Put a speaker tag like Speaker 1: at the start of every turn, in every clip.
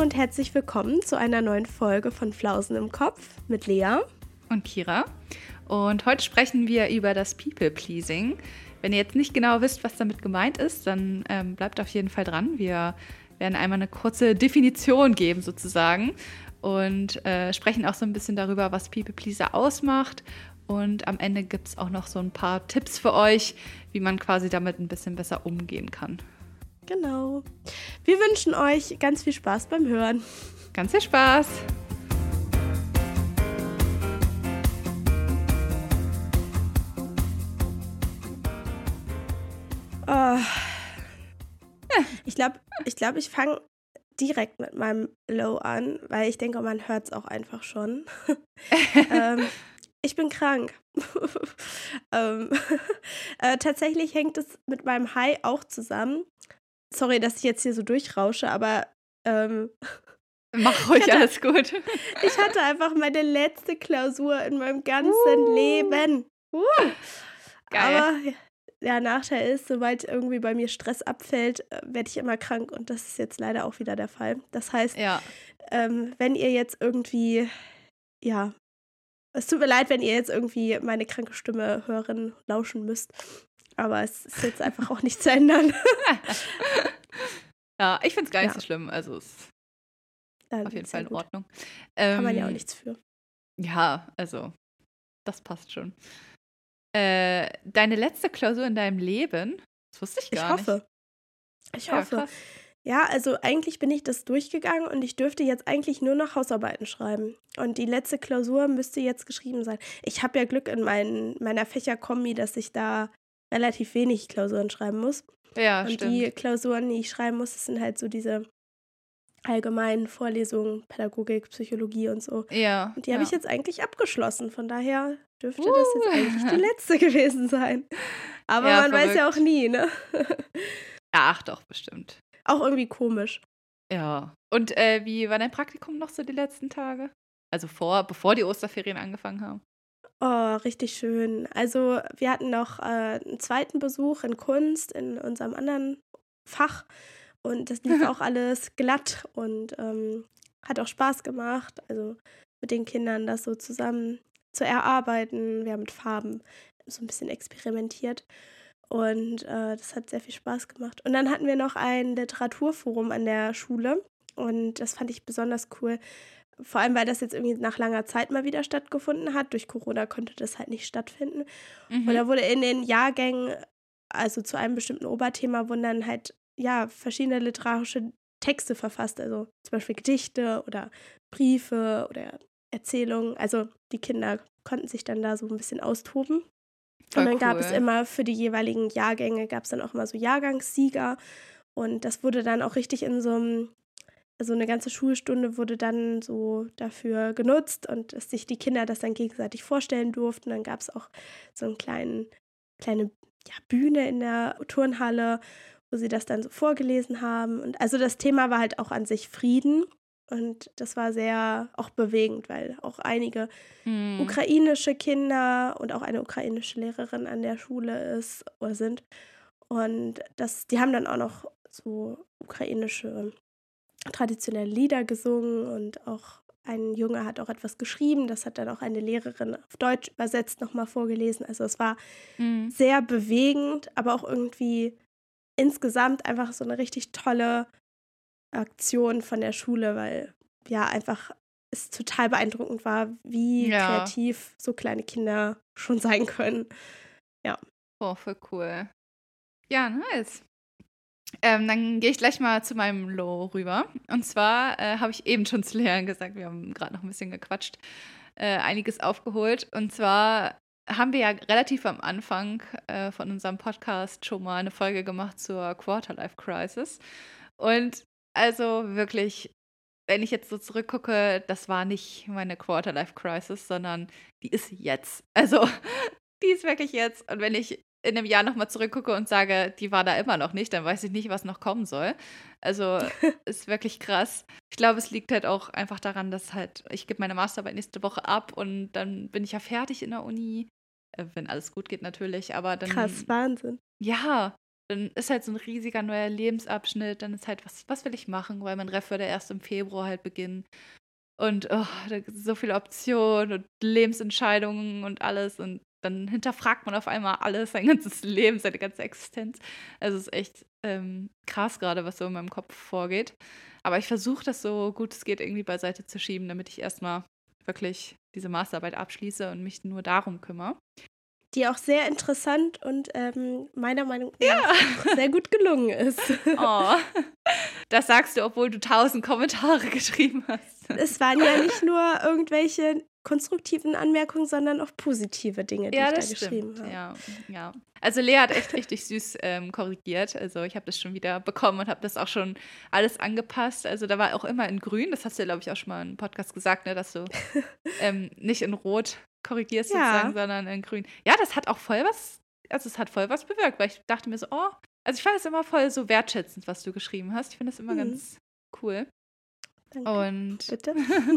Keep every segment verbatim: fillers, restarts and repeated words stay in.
Speaker 1: und herzlich willkommen zu einer neuen Folge von Flausen im Kopf mit Lea
Speaker 2: und Kira. Und heute sprechen wir über das People-Pleasing. Wenn ihr jetzt nicht genau wisst, was damit gemeint ist, dann ähm, bleibt auf jeden Fall dran. Wir werden einmal eine kurze Definition geben sozusagen und äh, sprechen auch so ein bisschen darüber, was People-Pleaser ausmacht. Und am Ende gibt es auch noch so ein paar Tipps für euch, wie man quasi damit ein bisschen besser umgehen kann.
Speaker 1: Genau. Wir wünschen euch ganz viel Spaß beim Hören.
Speaker 2: Ganz viel Spaß.
Speaker 1: Oh. Ich glaube, ich, glaub, ich fange direkt mit meinem Low an, weil ich denke, man hört es auch einfach schon. ähm, ich bin krank. ähm, äh, tatsächlich hängt es mit meinem High auch zusammen. Sorry, dass ich jetzt hier so durchrausche, aber ähm,
Speaker 2: mach ruhig,
Speaker 1: hatte,
Speaker 2: alles gut.
Speaker 1: Ich hatte einfach meine letzte Klausur in meinem ganzen uh. Leben. Uh.
Speaker 2: Geil.
Speaker 1: Aber der Nachteil ist, sobald irgendwie bei mir Stress abfällt, werde ich immer krank und das ist jetzt leider auch wieder der Fall. Das heißt,
Speaker 2: ja.
Speaker 1: ähm, wenn ihr jetzt irgendwie, ja, es tut mir leid, wenn ihr jetzt irgendwie meine kranke Stimme hören, lauschen müsst. Aber es ist jetzt einfach auch nicht zu ändern.
Speaker 2: Ja, ich finde es gar nicht
Speaker 1: ja.
Speaker 2: so schlimm. Also es ist
Speaker 1: Dann
Speaker 2: auf jeden
Speaker 1: ist
Speaker 2: Fall
Speaker 1: ja
Speaker 2: in
Speaker 1: gut.
Speaker 2: Ordnung.
Speaker 1: Kann
Speaker 2: Ähm,
Speaker 1: man ja auch nichts für.
Speaker 2: Ja, also das passt schon. Äh, deine letzte Klausur in deinem Leben? Das wusste ich gar
Speaker 1: ich hoffe.
Speaker 2: nicht.
Speaker 1: Ich
Speaker 2: ja,
Speaker 1: hoffe.
Speaker 2: Krass.
Speaker 1: Ja, also eigentlich bin ich das durchgegangen und ich dürfte jetzt eigentlich nur noch Hausarbeiten schreiben. Und die letzte Klausur müsste jetzt geschrieben sein. Ich habe ja Glück in mein, meiner Fächerkombi, dass ich da relativ wenig Klausuren schreiben muss.
Speaker 2: Ja,
Speaker 1: und
Speaker 2: stimmt.
Speaker 1: die Klausuren, die ich schreiben muss, das sind halt so diese allgemeinen Vorlesungen, Pädagogik, Psychologie und so.
Speaker 2: Ja.
Speaker 1: Und die habe
Speaker 2: ja.
Speaker 1: ich jetzt eigentlich abgeschlossen. Von daher dürfte
Speaker 2: uh.
Speaker 1: das jetzt eigentlich die letzte gewesen sein. Aber
Speaker 2: ja,
Speaker 1: man
Speaker 2: verrückt.
Speaker 1: weiß ja auch nie, ne?
Speaker 2: Ach doch, bestimmt.
Speaker 1: Auch irgendwie komisch.
Speaker 2: Ja. Und äh, wie war dein Praktikum noch so die letzten Tage? Also vor, bevor die Osterferien angefangen haben?
Speaker 1: Oh, richtig schön. Also wir hatten noch äh, einen zweiten Besuch in Kunst in unserem anderen Fach und das lief auch alles glatt und ähm, hat auch Spaß gemacht, also mit den Kindern das so zusammen zu erarbeiten. Wir haben mit Farben so ein bisschen experimentiert und äh, das hat sehr viel Spaß gemacht. Und dann hatten wir noch ein Literaturforum an der Schule und das fand ich besonders cool. Vor allem, weil das jetzt irgendwie nach langer Zeit mal wieder stattgefunden hat. Durch Corona konnte das halt nicht stattfinden.
Speaker 2: Mhm.
Speaker 1: Und da wurde in den Jahrgängen, also zu einem bestimmten Oberthema, wurden dann halt, ja, verschiedene literarische Texte verfasst. Also zum Beispiel Gedichte oder Briefe oder Erzählungen. Also die Kinder konnten sich dann da so ein bisschen austoben.
Speaker 2: Voll
Speaker 1: und dann
Speaker 2: cool.
Speaker 1: gab es immer für die jeweiligen Jahrgänge, gab es dann auch immer so Jahrgangssieger. Und das wurde dann auch richtig in so einem Also eine ganze Schulstunde wurde dann so dafür genutzt und dass sich die Kinder das dann gegenseitig vorstellen durften. Dann gab es auch so eine kleine, kleine ja, Bühne in der Turnhalle, wo sie das dann so vorgelesen haben. Und also das Thema war halt auch an sich Frieden. Und das war sehr auch bewegend, weil auch einige
Speaker 2: hm.
Speaker 1: ukrainische Kinder und auch eine ukrainische Lehrerin an der Schule ist oder sind. Und das, die haben dann auch noch so ukrainische traditionelle Lieder gesungen und auch ein Junge hat auch etwas geschrieben, das hat dann auch eine Lehrerin auf Deutsch übersetzt nochmal vorgelesen. Also es war
Speaker 2: mhm.
Speaker 1: sehr bewegend, aber auch irgendwie insgesamt einfach so eine richtig tolle Aktion von der Schule, weil ja einfach es total beeindruckend war, wie
Speaker 2: ja.
Speaker 1: kreativ so kleine Kinder schon sein können. Ja.
Speaker 2: Oh, voll cool. Ja, nice. Ähm, dann gehe ich gleich mal zu meinem Low rüber. Und zwar äh, habe ich eben schon zu Lea gesagt, wir haben gerade noch ein bisschen gequatscht, äh, einiges aufgeholt. Und zwar haben wir ja relativ am Anfang äh, von unserem Podcast schon mal eine Folge gemacht zur Quarterlife-Crisis. Und also wirklich, wenn ich jetzt so zurückgucke, das war nicht meine Quarterlife-Crisis, sondern die ist jetzt. Also die ist wirklich jetzt. Und wenn ich in einem Jahr nochmal zurückgucke und sage, die war da immer noch nicht, dann weiß ich nicht, was noch kommen soll. Also ist wirklich krass. Ich glaube, es liegt halt auch einfach daran, dass halt, ich gebe meine Masterarbeit nächste Woche ab und dann bin ich ja fertig in der Uni. Äh, wenn alles gut geht natürlich, aber dann.
Speaker 1: Krass, Wahnsinn.
Speaker 2: Ja, dann ist halt so ein riesiger neuer Lebensabschnitt, dann ist halt, was, was will ich machen, weil mein Ref würde erst im Februar halt beginnen. Und oh, da gibt es so viele Optionen und Lebensentscheidungen und alles. Und dann hinterfragt man auf einmal alles, sein ganzes Leben, seine ganze Existenz. Also es ist echt ähm, krass gerade, was so in meinem Kopf vorgeht. Aber ich versuche das so gut es geht irgendwie beiseite zu schieben, damit ich erstmal wirklich diese Masterarbeit abschließe und mich nur darum kümmere.
Speaker 1: Die auch sehr interessant und ähm, meiner Meinung nach
Speaker 2: Ja.
Speaker 1: auch sehr gut gelungen ist.
Speaker 2: Oh, das sagst du, obwohl du tausend Kommentare geschrieben hast.
Speaker 1: Es waren ja nicht nur irgendwelche konstruktiven Anmerkungen, sondern auch positive Dinge, die
Speaker 2: Ja,
Speaker 1: ich da
Speaker 2: das
Speaker 1: geschrieben
Speaker 2: stimmt.
Speaker 1: habe.
Speaker 2: Ja, ja. Also Lea hat echt richtig süß ähm, korrigiert. Also ich habe das schon wieder bekommen und habe das auch schon alles angepasst. Also da war auch immer in grün. Das hast du ja, glaube ich, auch schon mal im Podcast gesagt, ne, dass du ähm, nicht in rot korrigierst
Speaker 1: Ja.
Speaker 2: sozusagen, sondern in grün. Ja, das hat auch voll was, also es hat voll was bewirkt, weil ich dachte mir so, oh, also ich fand es immer voll so wertschätzend, was du geschrieben hast. Ich finde das immer
Speaker 1: Mhm.
Speaker 2: ganz cool.
Speaker 1: Danke.
Speaker 2: Und
Speaker 1: Bitte.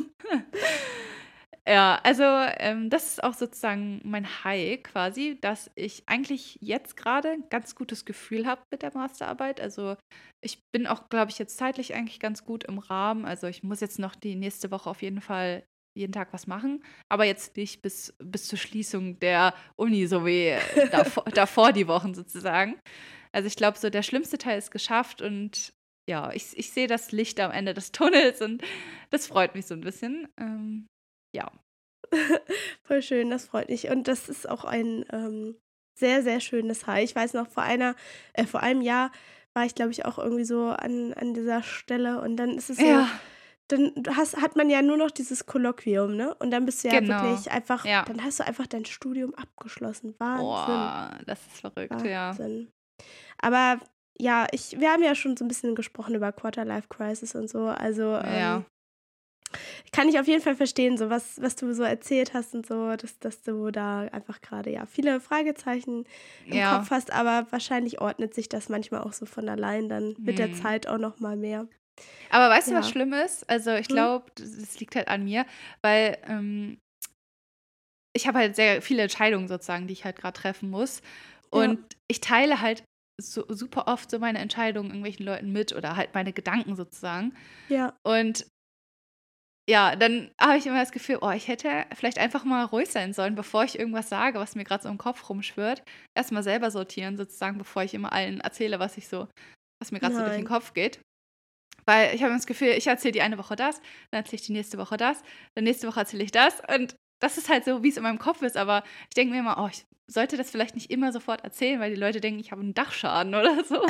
Speaker 2: ja, also ähm, das ist auch sozusagen mein High quasi, dass ich eigentlich jetzt gerade ein ganz gutes Gefühl habe mit der Masterarbeit. Also ich bin auch, glaube ich, jetzt zeitlich eigentlich ganz gut im Rahmen. Also ich muss jetzt noch die nächste Woche auf jeden Fall jeden Tag was machen, aber jetzt nicht bis, bis zur Schließung der Uni, so wie davor, davor die Wochen sozusagen. Also ich glaube, so der schlimmste Teil ist geschafft und ja, ich, ich sehe das Licht am Ende des Tunnels und das freut mich so ein bisschen. Ähm, ja.
Speaker 1: Voll schön, das freut mich. Und das ist auch ein ähm, sehr, sehr schönes High. Ich weiß noch, vor einer, äh, vor einem Jahr war ich, glaube ich, auch irgendwie so an, an dieser Stelle und dann ist es so,
Speaker 2: Ja,
Speaker 1: dann hast, hat man ja nur noch dieses Kolloquium, ne? Und dann bist du ja
Speaker 2: genau.
Speaker 1: wirklich einfach,
Speaker 2: Ja.
Speaker 1: dann hast du einfach dein Studium abgeschlossen. Wahnsinn.
Speaker 2: Boah, das ist verrückt, ja.
Speaker 1: Wahnsinn. Aber ja, ich, wir haben ja schon so ein bisschen gesprochen über Quarter-Life-Crisis und so. Also
Speaker 2: Ja.
Speaker 1: ähm, kann ich auf jeden Fall verstehen, so was, was du so erzählt hast und so, dass, dass du da einfach gerade ja viele Fragezeichen im
Speaker 2: Ja.
Speaker 1: Kopf hast, aber wahrscheinlich ordnet sich das manchmal auch so von allein dann mit der
Speaker 2: Hm.
Speaker 1: Zeit auch noch mal mehr.
Speaker 2: Aber weißt du,
Speaker 1: Ja.
Speaker 2: was schlimm ist? Also ich
Speaker 1: Hm?
Speaker 2: glaube, das, das liegt halt an mir, weil ähm, ich habe halt sehr viele Entscheidungen sozusagen, die ich halt gerade treffen muss. Und
Speaker 1: Ja.
Speaker 2: ich teile halt so, super oft so meine Entscheidungen irgendwelchen Leuten mit oder halt meine Gedanken sozusagen.
Speaker 1: Ja.
Speaker 2: Und ja, dann habe ich immer das Gefühl, oh, ich hätte vielleicht einfach mal ruhig sein sollen, bevor ich irgendwas sage, was mir gerade so im Kopf rumschwirrt. Erstmal selber sortieren sozusagen, bevor ich immer allen erzähle, was ich so, was mir gerade so durch den
Speaker 1: Nein.
Speaker 2: Kopf geht. Weil ich habe das Gefühl, ich erzähle die eine Woche das, dann erzähle ich die nächste Woche das, dann nächste Woche erzähle ich das. Und das ist halt so, wie es in meinem Kopf ist. Aber ich denke mir immer, oh, ich sollte das vielleicht nicht immer sofort erzählen, weil die Leute denken, ich habe einen Dachschaden oder so.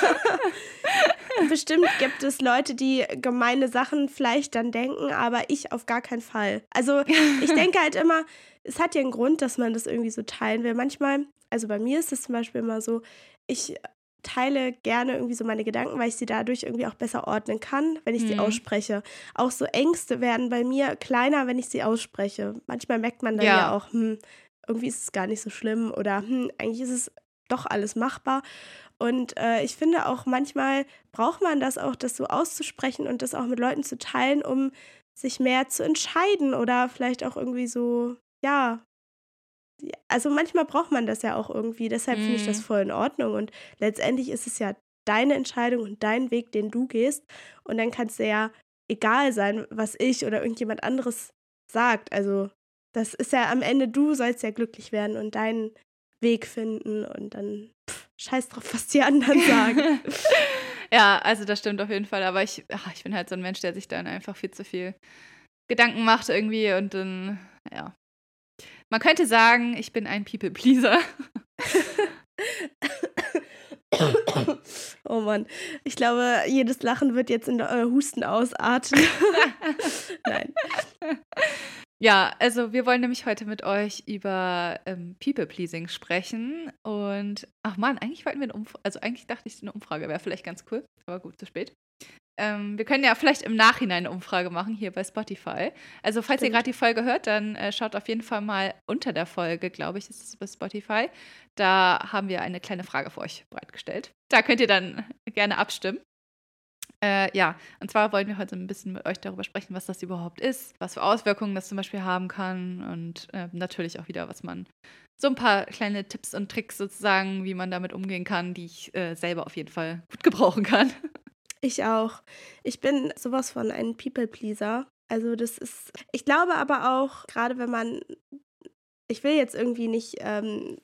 Speaker 1: Bestimmt gibt es Leute, die gemeine Sachen vielleicht dann denken, aber ich auf gar keinen Fall. Also ich denke halt immer, es hat ja einen Grund, dass man das irgendwie so teilen will. Manchmal, also bei mir ist es zum Beispiel immer so, ich teile gerne irgendwie so meine Gedanken, weil ich sie dadurch irgendwie auch besser ordnen kann, wenn ich sie
Speaker 2: Mhm.
Speaker 1: ausspreche. Auch so Ängste werden bei mir kleiner, wenn ich sie ausspreche. Manchmal merkt man dann ja,
Speaker 2: Ja.
Speaker 1: auch, hm, irgendwie ist es gar nicht so schlimm oder hm, eigentlich ist es doch alles machbar. Und äh, ich finde auch, manchmal braucht man das auch, das so auszusprechen und das auch mit Leuten zu teilen, um sich mehr zu entscheiden oder vielleicht auch irgendwie so, ja, ja, also manchmal braucht man das ja auch irgendwie. Deshalb finde ich das
Speaker 2: Mhm.
Speaker 1: voll in Ordnung. Und letztendlich ist es ja deine Entscheidung und dein Weg, den du gehst. Und dann kann es dir ja egal sein, was ich oder irgendjemand anderes sagt. Also das ist ja am Ende, du sollst ja glücklich werden und deinen Weg finden und dann pff, scheiß drauf, was die anderen sagen.
Speaker 2: Ja, also das stimmt auf jeden Fall. Aber ich, ach, ich bin halt so ein Mensch, der sich dann einfach viel zu viel Gedanken macht irgendwie und dann, ja. Man könnte sagen, ich bin ein People-Pleaser.
Speaker 1: Oh Mann, ich glaube, jedes Lachen wird jetzt in äh, Husten ausarten. Nein.
Speaker 2: Ja, also wir wollen nämlich heute mit euch über ähm, People-Pleasing sprechen. Und, ach Mann, eigentlich wollten wir eine Umfrage, also eigentlich dachte ich, eine Umfrage wäre vielleicht ganz cool, aber gut, zu spät. Ähm, wir können ja vielleicht im Nachhinein eine Umfrage machen, hier bei Spotify. Also falls ihr
Speaker 1: Stimmt.
Speaker 2: gerade die Folge hört, dann äh, schaut auf jeden Fall mal unter der Folge, glaube ich, ist es bei Spotify. Da haben wir eine kleine Frage für euch bereitgestellt. Da könnt ihr dann gerne abstimmen. Äh, ja, und zwar wollen wir heute ein bisschen mit euch darüber sprechen, was das überhaupt ist, was für Auswirkungen das zum Beispiel haben kann und äh, natürlich auch wieder, was man so ein paar kleine Tipps und Tricks sozusagen, wie man damit umgehen kann, die ich äh, selber auf jeden Fall gut gebrauchen kann.
Speaker 1: Ich auch. Ich bin sowas von ein People-Pleaser. Also das ist, ich glaube aber auch, gerade wenn man, ich will jetzt irgendwie nicht, ähm,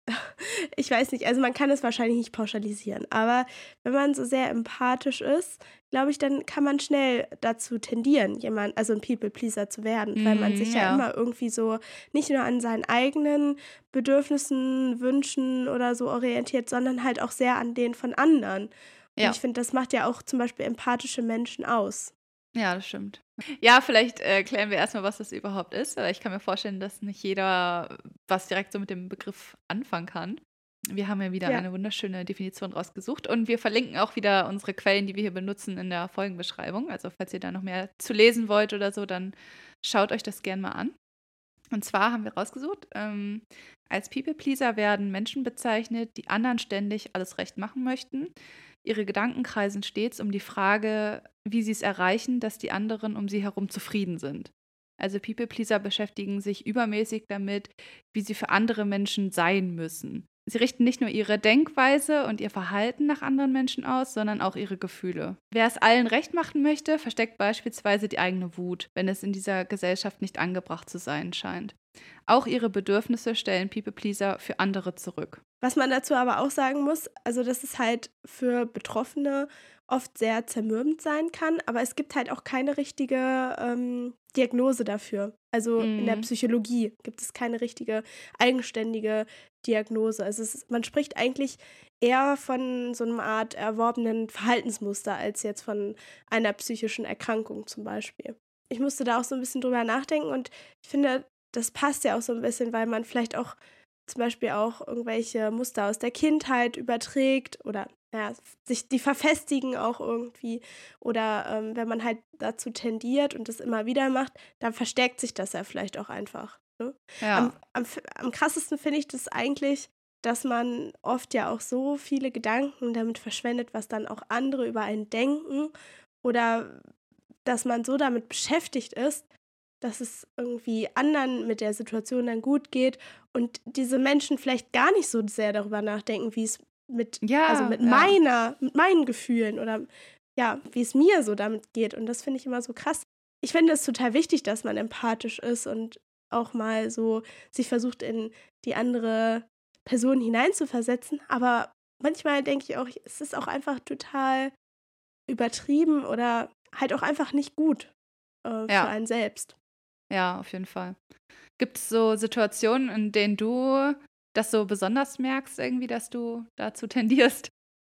Speaker 1: ich weiß nicht, also man kann es wahrscheinlich nicht pauschalisieren, aber wenn man so sehr empathisch ist, glaube ich, dann kann man schnell dazu tendieren, jemand, also ein People-Pleaser zu werden, weil man sich
Speaker 2: Mm,
Speaker 1: ja
Speaker 2: ja.
Speaker 1: immer irgendwie so nicht nur an seinen eigenen Bedürfnissen, Wünschen oder so orientiert, sondern halt auch sehr an denen von anderen. Und
Speaker 2: Ja.
Speaker 1: ich finde, das macht ja auch zum Beispiel empathische Menschen aus.
Speaker 2: Ja, das stimmt. Ja, vielleicht äh, klären wir erstmal, was das überhaupt ist. Aber ich kann mir vorstellen, dass nicht jeder was direkt so mit dem Begriff anfangen kann. Wir haben ja wieder
Speaker 1: Ja.
Speaker 2: eine wunderschöne Definition rausgesucht. Und wir verlinken auch wieder unsere Quellen, die wir hier benutzen, in der Folgenbeschreibung. Also falls ihr da noch mehr zu lesen wollt oder so, dann schaut euch das gerne mal an. Und zwar haben wir rausgesucht, ähm, als People-Pleaser werden Menschen bezeichnet, die anderen ständig alles recht machen möchten. Ihre Gedanken kreisen stets um die Frage, wie sie es erreichen, dass die anderen um sie herum zufrieden sind. Also People-Pleaser beschäftigen sich übermäßig damit, wie sie für andere Menschen sein müssen. Sie richten nicht nur ihre Denkweise und ihr Verhalten nach anderen Menschen aus, sondern auch ihre Gefühle. Wer es allen recht machen möchte, versteckt beispielsweise die eigene Wut, wenn es in dieser Gesellschaft nicht angebracht zu sein scheint. Auch ihre Bedürfnisse stellen People-Pleaser für andere zurück.
Speaker 1: Was man dazu aber auch sagen muss, also dass es halt für Betroffene oft sehr zermürbend sein kann, aber es gibt halt auch keine richtige ähm, Diagnose dafür. Also in der
Speaker 2: Mm.
Speaker 1: Psychologie gibt es keine richtige eigenständige Diagnose. Also es ist, man spricht eigentlich eher von so einer Art erworbenen Verhaltensmuster als jetzt von einer psychischen Erkrankung zum Beispiel. Ich musste da auch so ein bisschen drüber nachdenken und ich finde, das passt ja auch so ein bisschen, weil man vielleicht auch zum Beispiel auch irgendwelche Muster aus der Kindheit überträgt oder ja, sich die verfestigen auch irgendwie. Oder ähm, wenn man halt dazu tendiert und das immer wieder macht, dann verstärkt sich das ja vielleicht auch einfach. Ne? Am,
Speaker 2: Ja.
Speaker 1: am, am krassesten finde ich das eigentlich, dass man oft ja auch so viele Gedanken damit verschwendet, was dann auch andere über einen denken. Oder dass man so damit beschäftigt ist, dass es irgendwie anderen mit der Situation dann gut geht und diese Menschen vielleicht gar nicht so sehr darüber nachdenken, wie es mit,
Speaker 2: Ja,
Speaker 1: also mit
Speaker 2: ja.
Speaker 1: meiner, mit meinen Gefühlen oder ja, wie es mir so damit geht. Und das finde ich immer so krass. Ich finde es total wichtig, dass man empathisch ist und auch mal so sich versucht, in die andere Person hineinzuversetzen. Aber manchmal denke ich auch, es ist auch einfach total übertrieben oder halt auch einfach nicht gut äh, für
Speaker 2: Ja,
Speaker 1: einen selbst.
Speaker 2: ja, auf jeden Fall. Gibt es so Situationen, in denen du das so besonders merkst, irgendwie, dass du dazu tendierst?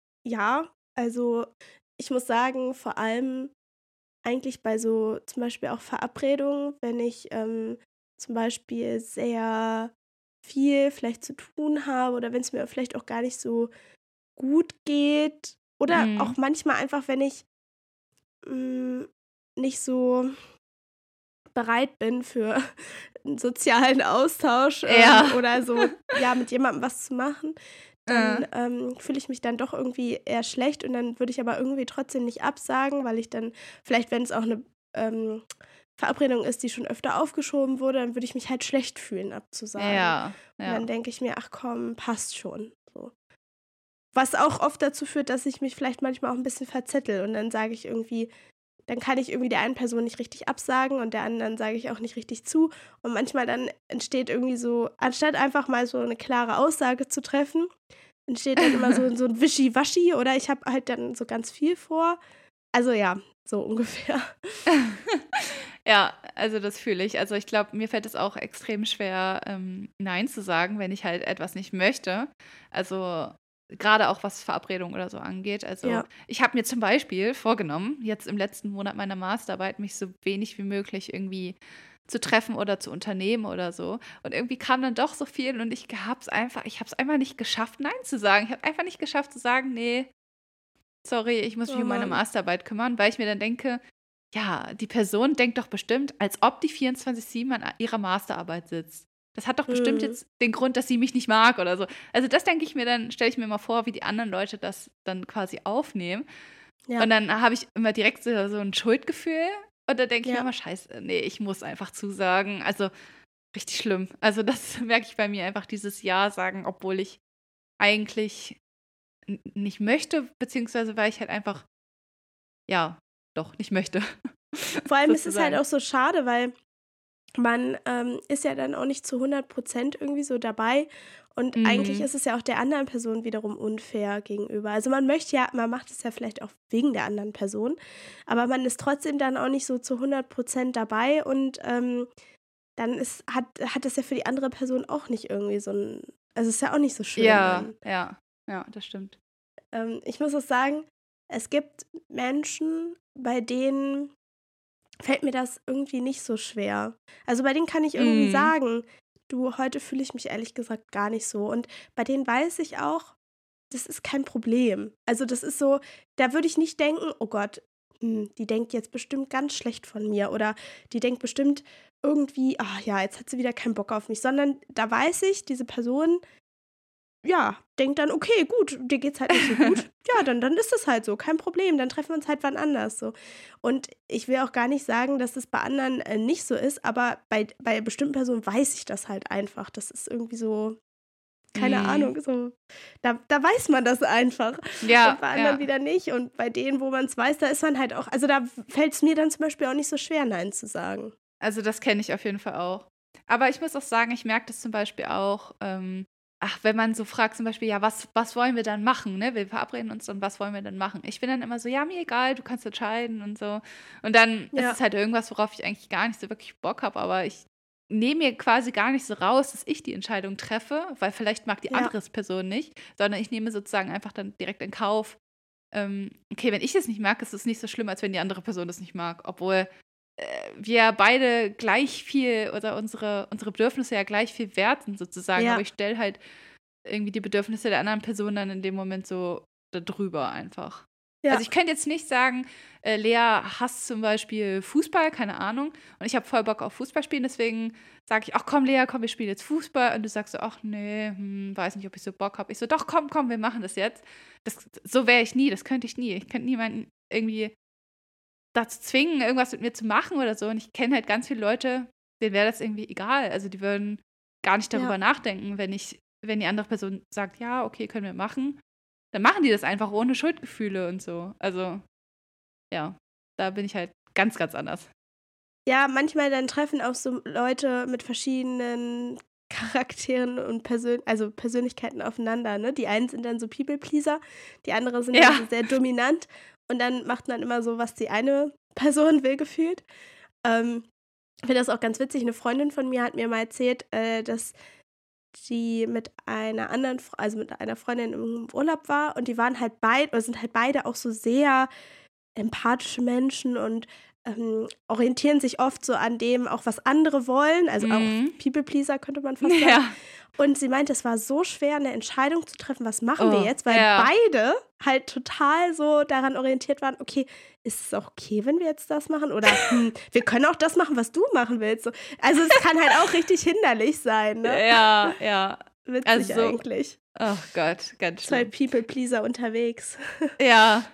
Speaker 1: Ja, also ich muss sagen, vor allem eigentlich bei so zum Beispiel auch Verabredungen, wenn ich ähm, zum Beispiel sehr viel vielleicht zu tun habe oder wenn es mir vielleicht auch gar nicht so gut geht oder
Speaker 2: Mhm.
Speaker 1: auch manchmal einfach, wenn ich mh, nicht so bereit bin für einen sozialen Austausch ähm,
Speaker 2: Ja.
Speaker 1: oder so, ja, mit jemandem was zu machen,
Speaker 2: Äh,
Speaker 1: dann ähm, fühle ich mich dann doch irgendwie eher schlecht und dann würde ich aber irgendwie trotzdem nicht absagen, weil ich dann, vielleicht wenn es auch eine ähm, Verabredung ist, die schon öfter aufgeschoben wurde, dann würde ich mich halt schlecht fühlen, abzusagen.
Speaker 2: ja,
Speaker 1: Und dann
Speaker 2: ja.
Speaker 1: denke ich mir, ach komm, passt schon. So. Was auch oft dazu führt, dass ich mich vielleicht manchmal auch ein bisschen verzettel und dann sage ich irgendwie, dann kann ich irgendwie der einen Person nicht richtig absagen und der anderen sage ich auch nicht richtig zu. Und manchmal dann entsteht irgendwie so, anstatt einfach mal so eine klare Aussage zu treffen, entsteht dann immer so, so ein Wischiwaschi oder ich habe halt dann so ganz viel vor. Also ja, so ungefähr.
Speaker 2: Ja, also das fühle ich. Also ich glaube, mir fällt es auch extrem schwer, ähm, Nein zu sagen, wenn ich halt etwas nicht möchte. Also gerade auch was Verabredung oder so angeht. Also
Speaker 1: Ja.
Speaker 2: ich habe mir zum Beispiel vorgenommen, jetzt im letzten Monat meiner Masterarbeit, mich so wenig wie möglich irgendwie zu treffen oder zu unternehmen oder so. Und irgendwie kam dann doch so viel und ich habe es einfach, ich habe es einfach nicht geschafft, Nein zu sagen. Ich habe einfach nicht geschafft zu sagen, nee, sorry, ich muss mich
Speaker 1: Oh
Speaker 2: um meine
Speaker 1: Mann.
Speaker 2: Masterarbeit kümmern, weil ich mir dann denke, ja, die Person denkt doch bestimmt, als ob die vierundzwanzig sieben an ihrer Masterarbeit sitzt. Das hat doch bestimmt
Speaker 1: Hm.
Speaker 2: jetzt den Grund, dass sie mich nicht mag oder so. Also das denke ich mir dann, stelle ich mir mal vor, wie die anderen Leute das dann quasi aufnehmen.
Speaker 1: Ja.
Speaker 2: Und dann habe ich immer direkt so, so ein Schuldgefühl. Und dann denke ich mir
Speaker 1: Ja.
Speaker 2: immer, scheiße, nee, ich muss einfach zusagen. Also richtig schlimm. Also das merke ich bei mir einfach, dieses Ja sagen, obwohl ich eigentlich n- nicht möchte, beziehungsweise weil ich halt einfach, ja, doch, nicht möchte,
Speaker 1: Vor allem ist es halt
Speaker 2: sozusagen.
Speaker 1: auch so schade, weil man ähm, ist ja dann auch nicht zu hundert Prozent irgendwie so dabei und eigentlich
Speaker 2: Mhm.
Speaker 1: ist es ja auch der anderen Person wiederum unfair gegenüber. Also man möchte ja, man macht es ja vielleicht auch wegen der anderen Person, aber man ist trotzdem dann auch nicht so zu hundert Prozent dabei und ähm, dann ist, hat, hat das ja für die andere Person auch nicht irgendwie so ein, also ist ja auch nicht so schön
Speaker 2: Ja,
Speaker 1: dann.
Speaker 2: ja, ja, das stimmt.
Speaker 1: Ähm, ich muss auch sagen, es gibt Menschen, bei denen fällt mir das irgendwie nicht so schwer. Also, bei denen kann ich irgendwie
Speaker 2: Mhm.
Speaker 1: sagen: „Du, heute fühle ich mich ehrlich gesagt gar nicht so.“ Und bei denen weiß ich auch, das ist kein Problem. Also, das ist so, da würde ich nicht denken: „Oh Gott, hm, die denkt jetzt bestimmt ganz schlecht von mir“ oder die denkt bestimmt irgendwie: „Ach ja, jetzt hat sie wieder keinen Bock auf mich“, sondern da weiß ich, diese Person, ja, denkt dann: „Okay, gut, dir geht's halt nicht so gut. Ja, dann dann ist es halt so, kein Problem, dann treffen wir uns halt wann anders“, so. Und ich will auch gar nicht sagen, dass es bei anderen, äh, nicht so ist, aber bei bei bestimmten Personen weiß ich das halt einfach. Das ist irgendwie so, keine
Speaker 2: Mhm.
Speaker 1: Ahnung, so, da da weiß man das einfach und
Speaker 2: Ja,
Speaker 1: bei anderen
Speaker 2: ja.
Speaker 1: wieder nicht. Und bei denen, wo man's weiß, da ist man halt auch, also, da fällt's mir dann zum Beispiel auch nicht so schwer, nein zu sagen.
Speaker 2: Also, das kenne ich auf jeden Fall auch. Aber ich muss auch sagen, ich merke das zum Beispiel auch, ähm, ach, wenn man so fragt zum Beispiel: „Ja, was was wollen wir dann machen, ne? Wir verabreden uns und was wollen wir denn machen?“ Ich bin dann immer so: „Ja, mir egal, du kannst entscheiden“ und so. Und dann ist
Speaker 1: Ja,
Speaker 2: es halt irgendwas, worauf ich eigentlich gar nicht so wirklich Bock habe, aber ich nehme mir quasi gar nicht so raus, dass ich die Entscheidung treffe, weil vielleicht mag die
Speaker 1: ja,
Speaker 2: andere Person nicht, sondern ich nehme sozusagen einfach dann direkt in Kauf, ähm, okay, wenn ich es nicht mag, ist es nicht so schlimm, als wenn die andere Person das nicht mag, obwohl äh, wir beide gleich viel oder unsere, unsere Bedürfnisse ja gleich viel werten sozusagen, aber
Speaker 1: ja,
Speaker 2: ich stelle halt irgendwie die Bedürfnisse der anderen Person dann in dem Moment so da drüber einfach. Also
Speaker 1: ja,
Speaker 2: ich könnte jetzt nicht sagen, äh, Lea hasst zum Beispiel Fußball, keine Ahnung, und ich habe voll Bock auf Fußball spielen, deswegen sage ich, ach komm Lea, komm, wir spielen jetzt Fußball und du sagst so, ach nee, hm, weiß nicht, ob ich so Bock habe. Ich so, doch, komm, komm, wir machen das jetzt. Das, so wäre ich nie, das könnte ich nie. Ich könnte niemanden irgendwie dazu zwingen, irgendwas mit mir zu machen oder so. Und ich kenne halt ganz viele Leute, denen wäre das irgendwie egal. Also die würden gar nicht
Speaker 1: ja.
Speaker 2: darüber nachdenken, wenn ich, wenn die andere Person sagt, ja, okay, können wir machen, dann machen die das einfach ohne Schuldgefühle und so. Also, ja, da bin ich halt ganz, ganz anders.
Speaker 1: Ja, manchmal dann treffen auch so Leute mit verschiedenen Charakteren und Persön also Persönlichkeiten aufeinander, ne? Die einen sind dann so People Pleaser, die andere sind dann so
Speaker 2: Ja.
Speaker 1: sehr dominant und dann macht man immer so, was die eine Person will, gefühlt. Ähm, ich finde das auch ganz witzig. Eine Freundin von mir hat mir mal erzählt, äh, dass die mit einer anderen Fr also mit einer Freundin im Urlaub war und die waren halt beid oder sind halt beide auch so sehr empathische Menschen und, ähm, orientieren sich oft so an dem auch, was andere wollen, also auch
Speaker 2: Mhm.
Speaker 1: People Pleaser, könnte man fast sagen.
Speaker 2: Ja.
Speaker 1: Und sie meinte, es war so schwer, eine Entscheidung zu treffen: „Was machen wir
Speaker 2: Oh,
Speaker 1: jetzt?“ Weil
Speaker 2: ja.
Speaker 1: beide halt total so daran orientiert waren: „Okay, ist es auch okay, wenn wir jetzt das machen?“ Oder: „Hm, wir können auch das machen, was du machen willst“, so. Also, es kann halt auch richtig hinderlich sein, ne?
Speaker 2: Ja, ja. Also
Speaker 1: Witzig
Speaker 2: so,
Speaker 1: eigentlich.
Speaker 2: oh Gott, ganz
Speaker 1: zwei
Speaker 2: schlimm.
Speaker 1: People Pleaser unterwegs.
Speaker 2: Ja.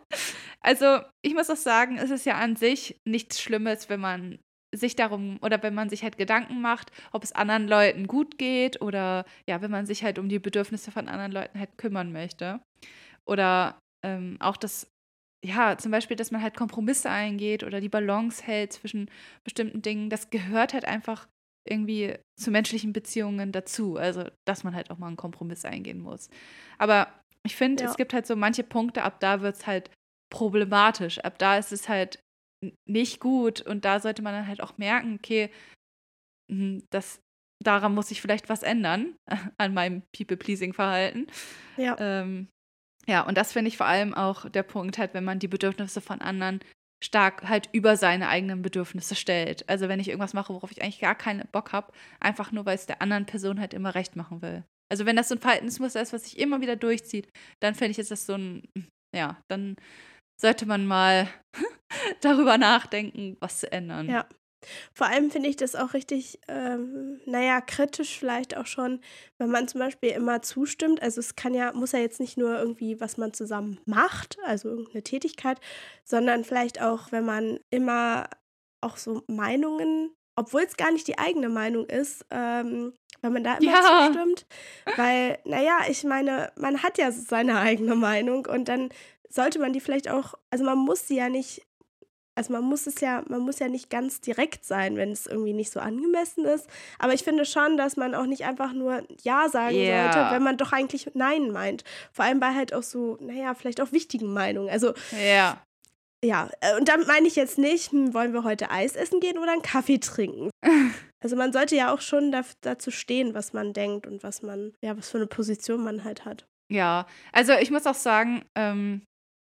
Speaker 2: Also, ich muss auch sagen, es ist ja an sich nichts Schlimmes, wenn man sich darum oder wenn man sich halt Gedanken macht, ob es anderen Leuten gut geht oder ja, wenn man sich halt um die Bedürfnisse von anderen Leuten halt kümmern möchte. Oder ähm, auch das, ja, zum Beispiel, dass man halt Kompromisse eingeht oder die Balance hält zwischen bestimmten Dingen, das gehört halt einfach irgendwie zu menschlichen Beziehungen dazu. Also, dass man halt auch mal einen Kompromiss eingehen muss. Aber ich finde, es
Speaker 1: Ja,
Speaker 2: gibt halt so manche Punkte, ab da wird es halt problematisch. Ab da ist es halt n- nicht gut und da sollte man dann halt auch merken, okay, mhm, das, daran muss ich vielleicht was ändern, an meinem People-Pleasing-Verhalten.
Speaker 1: ja,
Speaker 2: Ähm, ja, und das finde ich vor allem auch der Punkt halt, wenn man die Bedürfnisse von anderen stark halt über seine eigenen Bedürfnisse stellt. Also wenn ich irgendwas mache, worauf ich eigentlich gar keinen Bock habe, einfach nur, weil es der anderen Person halt immer recht machen will. Also wenn das so ein Verhaltensmuster ist, was sich immer wieder durchzieht, dann finde ich, ist das so ein, ja, dann sollte man mal darüber nachdenken, was zu ändern.
Speaker 1: ja. Vor allem finde ich das auch richtig, ähm, na ja, kritisch vielleicht auch schon, wenn man zum Beispiel immer zustimmt. Also, es kann ja muss ja jetzt nicht nur irgendwie, was man zusammen macht, also irgend 'ne Tätigkeit, sondern vielleicht auch, wenn man immer auch so Meinungen obwohl es gar nicht die eigene Meinung ist, ähm, wenn man da immer
Speaker 2: Ja.
Speaker 1: zustimmt. Weil, naja, ich meine, man hat ja so seine eigene Meinung und dann sollte man die vielleicht auch, also man muss sie ja nicht, also man muss es ja, man muss ja nicht ganz direkt sein, wenn es irgendwie nicht so angemessen ist. Aber ich finde schon, dass man auch nicht einfach nur Ja sagen sollte, wenn
Speaker 2: Ja.
Speaker 1: man doch eigentlich Nein meint. Vor allem bei halt auch so, naja, vielleicht auch wichtigen Meinungen. Also
Speaker 2: Ja.
Speaker 1: ja, äh, und damit meine ich jetzt nicht, hm, wollen wir heute Eis essen gehen oder einen Kaffee trinken. Also man sollte ja auch schon da, dazu stehen, was man denkt und was man, ja, was für eine Position man halt hat.
Speaker 2: Ja. Also ich muss auch sagen, ähm,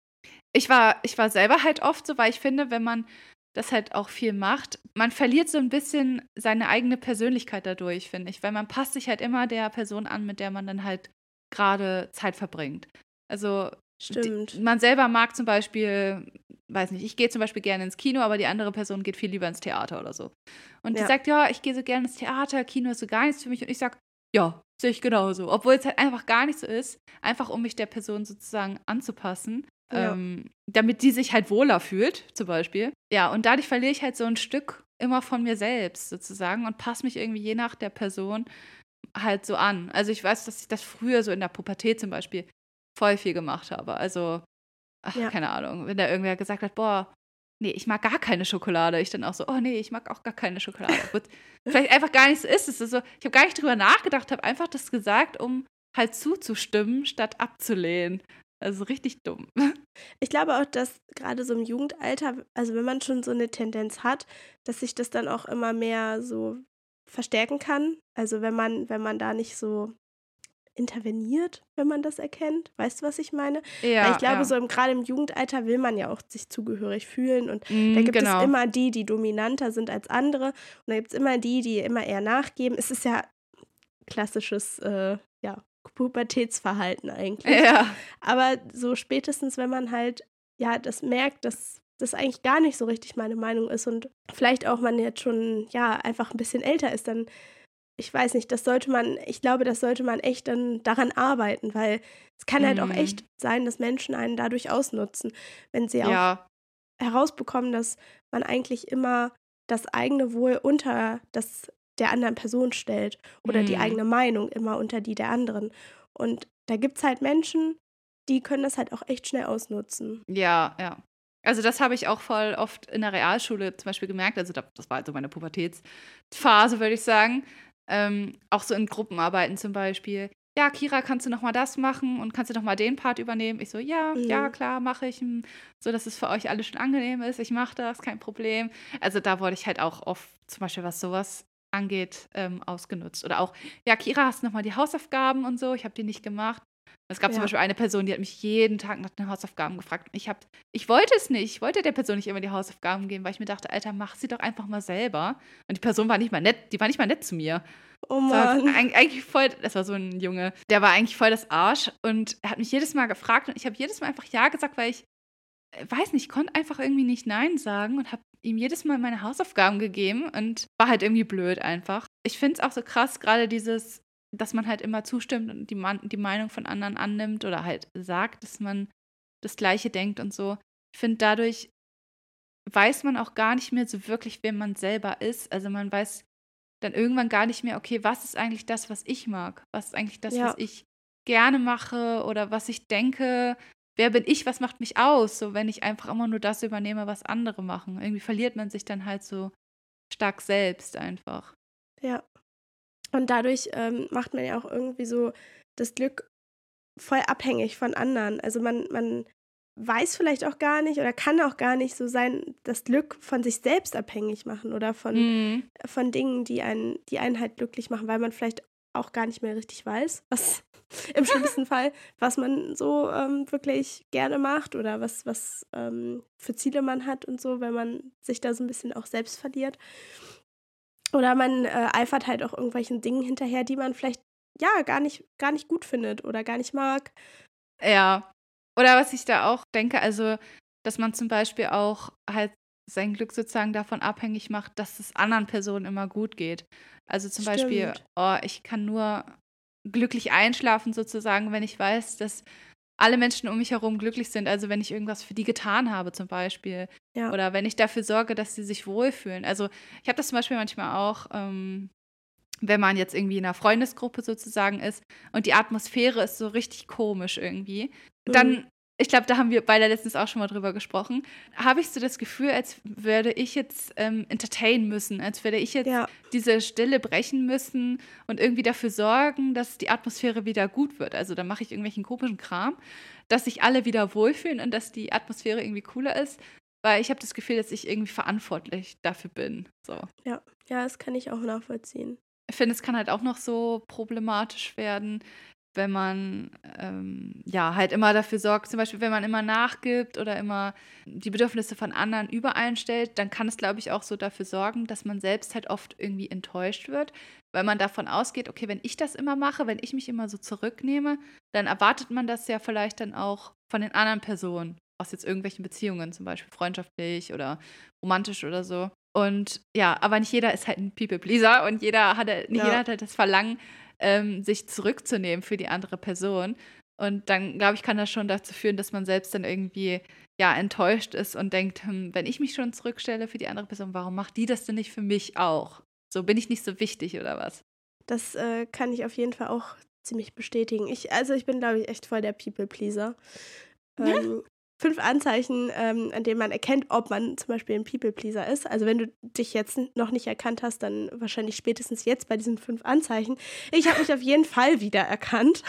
Speaker 2: ich war, ich war selber halt oft so, weil ich finde, wenn man das halt auch viel macht, man verliert so ein bisschen seine eigene Persönlichkeit dadurch, finde ich. Weil man passt sich halt immer der Person an, mit der man dann halt gerade Zeit verbringt. Also die,
Speaker 1: Stimmt.
Speaker 2: man selber mag zum Beispiel, weiß nicht, ich gehe zum Beispiel gerne ins Kino, aber die andere Person geht viel lieber ins Theater oder so. Und die
Speaker 1: Ja.
Speaker 2: sagt, ja, ich gehe so gerne ins Theater, Kino ist so gar nichts für mich. Und ich sag, ja, sehe ich genauso. Obwohl es halt einfach gar nicht so ist, einfach um mich der Person sozusagen anzupassen,
Speaker 1: Ja.
Speaker 2: ähm, damit die sich halt wohler fühlt, zum Beispiel. Ja, und dadurch verliere ich halt so ein Stück immer von mir selbst sozusagen und passe mich irgendwie je nach der Person halt so an. Also ich weiß, dass ich das früher so in der Pubertät zum Beispiel voll viel gemacht habe. Also, ach,
Speaker 1: Ja.
Speaker 2: keine Ahnung, wenn da irgendwer gesagt hat, boah, nee, ich mag gar keine Schokolade. Ich dann auch so, oh nee, ich mag auch gar keine Schokolade. Gut, vielleicht einfach gar nicht so ist. Es ist so, ich habe gar nicht drüber nachgedacht, habe einfach das gesagt, um halt zuzustimmen, statt abzulehnen. Also richtig dumm.
Speaker 1: Ich glaube auch, dass gerade so im Jugendalter, also wenn man schon so eine Tendenz hat, dass sich das dann auch immer mehr so verstärken kann. Also wenn man, wenn man da nicht so interveniert, wenn man das erkennt. Weißt du, was ich meine? Weil ich
Speaker 2: Ja,
Speaker 1: glaube,
Speaker 2: ja.
Speaker 1: so im, gerade im Jugendalter will man ja auch sich zugehörig fühlen und da
Speaker 2: Mm,
Speaker 1: gibt es
Speaker 2: genau.
Speaker 1: immer die, die dominanter sind als andere und da gibt es immer die, die immer eher nachgeben. Es ist ja klassisches, äh, ja, Pubertätsverhalten eigentlich.
Speaker 2: Ja.
Speaker 1: Aber so spätestens, wenn man halt, ja, das merkt, dass das eigentlich gar nicht so richtig meine Meinung ist und vielleicht auch man jetzt schon, ja, einfach ein bisschen älter ist, dann, ich weiß nicht, das sollte man, ich glaube, das sollte man echt dann daran arbeiten, weil es kann halt auch
Speaker 2: Mm,
Speaker 1: echt sein, dass Menschen einen dadurch ausnutzen, wenn sie auch
Speaker 2: ja.
Speaker 1: herausbekommen, dass man eigentlich immer das eigene Wohl unter das der anderen Person stellt oder die
Speaker 2: Mm,
Speaker 1: eigene Meinung immer unter die der anderen. Und da gibt es halt Menschen, die können das halt auch echt schnell ausnutzen.
Speaker 2: ja, ja. Also das habe ich auch voll oft in der Realschule zum Beispiel gemerkt. Also da, das war halt so meine Pubertätsphase, würde ich sagen. Ähm, auch so in Gruppenarbeiten zum Beispiel. Ja, Kira, kannst du noch mal das machen und kannst du noch mal den Part übernehmen? Ich so, ja, ja,
Speaker 1: Mhm.
Speaker 2: klar, mache ich. hm, So, dass es für euch alle schon angenehm ist. Ich mache das, kein Problem. Also da wurde ich halt auch oft, zum Beispiel was sowas angeht, ähm, ausgenutzt. Oder auch, ja, Kira, hast du noch mal die Hausaufgaben und so? Ich habe die nicht gemacht. Es gab zum
Speaker 1: Ja.
Speaker 2: Beispiel eine Person, die hat mich jeden Tag nach den Hausaufgaben gefragt. Ich hab, ich wollte es nicht. Ich wollte der Person nicht immer die Hausaufgaben geben, weil ich mir dachte, Alter, mach sie doch einfach mal selber. Und die Person war nicht mal nett, die war nicht mal nett zu mir.
Speaker 1: Oh
Speaker 2: Das war
Speaker 1: Mann.
Speaker 2: eig- eigentlich voll, das war so ein Junge, der war eigentlich voll das Arsch und er hat mich jedes Mal gefragt und ich habe jedes Mal einfach Ja gesagt, weil ich, äh, weiß nicht, ich konnte einfach irgendwie nicht Nein sagen und habe ihm jedes Mal meine Hausaufgaben gegeben und war halt irgendwie blöd einfach. Ich finde es auch so krass, gerade dieses, dass man halt immer zustimmt und die, Man die Meinung von anderen annimmt oder halt sagt, dass man das Gleiche denkt und so. Ich finde, dadurch weiß man auch gar nicht mehr so wirklich, wer man selber ist. Also man weiß dann irgendwann gar nicht mehr, okay, was ist eigentlich das, was ich mag? Was ist eigentlich das, was
Speaker 1: Ja.
Speaker 2: ich gerne mache oder was ich denke? Wer bin ich? Was macht mich aus? So, wenn ich einfach immer nur das übernehme, was andere machen. Irgendwie verliert man sich dann halt so stark selbst einfach.
Speaker 1: Ja. Und dadurch ähm, macht man ja auch irgendwie so das Glück voll abhängig von anderen. Also man, man weiß vielleicht auch gar nicht oder kann auch gar nicht so sein, das Glück von sich selbst abhängig machen oder von,
Speaker 2: Mhm.
Speaker 1: von Dingen, die einen, die einen halt glücklich machen, weil man vielleicht auch gar nicht mehr richtig weiß, was im schlimmsten Fall, was man so ähm, wirklich gerne macht oder was, was ähm, für Ziele man hat und so, wenn man sich da so ein bisschen auch selbst verliert. Oder man äh, eifert halt auch irgendwelchen Dingen hinterher, die man vielleicht ja gar nicht, gar nicht gut findet oder gar nicht mag.
Speaker 2: Ja. Oder was ich da auch denke, also, dass man zum Beispiel auch halt sein Glück sozusagen davon abhängig macht, dass es anderen Personen immer gut geht. Also zum Beispiel,
Speaker 1: Stimmt.
Speaker 2: oh, ich kann nur glücklich einschlafen sozusagen, wenn ich weiß, dass alle Menschen um mich herum glücklich sind. Also wenn ich irgendwas für die getan habe zum Beispiel.
Speaker 1: Ja.
Speaker 2: Oder wenn ich dafür sorge, dass sie sich wohlfühlen. Also ich habe das zum Beispiel manchmal auch, ähm, wenn man jetzt irgendwie in einer Freundesgruppe sozusagen ist und die Atmosphäre ist so richtig komisch irgendwie, dann,
Speaker 1: Mhm.
Speaker 2: ich glaube, da haben wir beide letztens auch schon mal drüber gesprochen, habe ich so das Gefühl, als würde ich jetzt ähm, entertainen müssen, als würde ich jetzt
Speaker 1: Ja.
Speaker 2: diese Stille brechen müssen und irgendwie dafür sorgen, dass die Atmosphäre wieder gut wird. Also da mache ich irgendwelchen komischen Kram, dass sich alle wieder wohlfühlen und dass die Atmosphäre irgendwie cooler ist, weil ich habe das Gefühl, dass ich irgendwie verantwortlich dafür bin. So.
Speaker 1: Ja. Ja, das kann ich auch nachvollziehen.
Speaker 2: Ich finde, es kann halt auch noch so problematisch werden, wenn man ähm, ja halt immer dafür sorgt, zum Beispiel, wenn man immer nachgibt oder immer die Bedürfnisse von anderen übereinstellt, dann kann es, glaube ich, auch so dafür sorgen, dass man selbst halt oft irgendwie enttäuscht wird, weil man davon ausgeht, okay, wenn ich das immer mache, wenn ich mich immer so zurücknehme, dann erwartet man das ja vielleicht dann auch von den anderen Personen, aus jetzt irgendwelchen Beziehungen, zum Beispiel freundschaftlich oder romantisch oder so. Und ja, aber nicht jeder ist halt ein People-Pleaser und jeder hat halt, nicht
Speaker 1: Ja.
Speaker 2: jeder hat halt das Verlangen, ähm, sich zurückzunehmen für die andere Person. Und dann, glaube ich, kann das schon dazu führen, dass man selbst dann irgendwie ja enttäuscht ist und denkt, hm, wenn ich mich schon zurückstelle für die andere Person, warum macht die das denn nicht für mich auch? So, bin ich nicht so wichtig oder was?
Speaker 1: Das äh, kann ich auf jeden Fall auch ziemlich bestätigen. Ich, also ich bin, glaube ich, echt voll der People-Pleaser. Ähm, fünf Anzeichen, ähm, an denen man erkennt, ob man zum Beispiel ein People-Pleaser ist. Also wenn du dich jetzt noch nicht erkannt hast, dann wahrscheinlich spätestens jetzt bei diesen fünf Anzeichen. Ich habe mich auf jeden Fall wiedererkannt.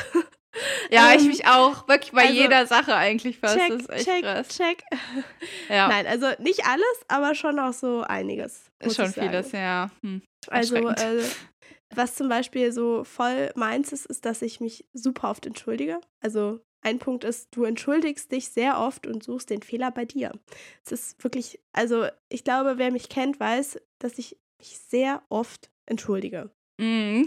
Speaker 2: Ja, ich
Speaker 1: Ähm,
Speaker 2: mich auch. Wirklich bei
Speaker 1: also,
Speaker 2: jeder Sache eigentlich fast.
Speaker 1: Check,
Speaker 2: Das ist echt
Speaker 1: check,
Speaker 2: krass.
Speaker 1: check.
Speaker 2: Ja,
Speaker 1: Nein, also nicht alles, aber schon auch so einiges. Muss
Speaker 2: ist schon
Speaker 1: ich sagen.
Speaker 2: vieles, ja. Hm.
Speaker 1: Also,
Speaker 2: Erschreckend.
Speaker 1: äh, was zum Beispiel so voll meins ist, ist, dass ich mich super oft entschuldige. Also, ein Punkt ist, du entschuldigst dich sehr oft und suchst den Fehler bei dir. Es ist wirklich, also, ich glaube, wer mich kennt, weiß, dass ich mich sehr oft entschuldige.
Speaker 2: Mhm.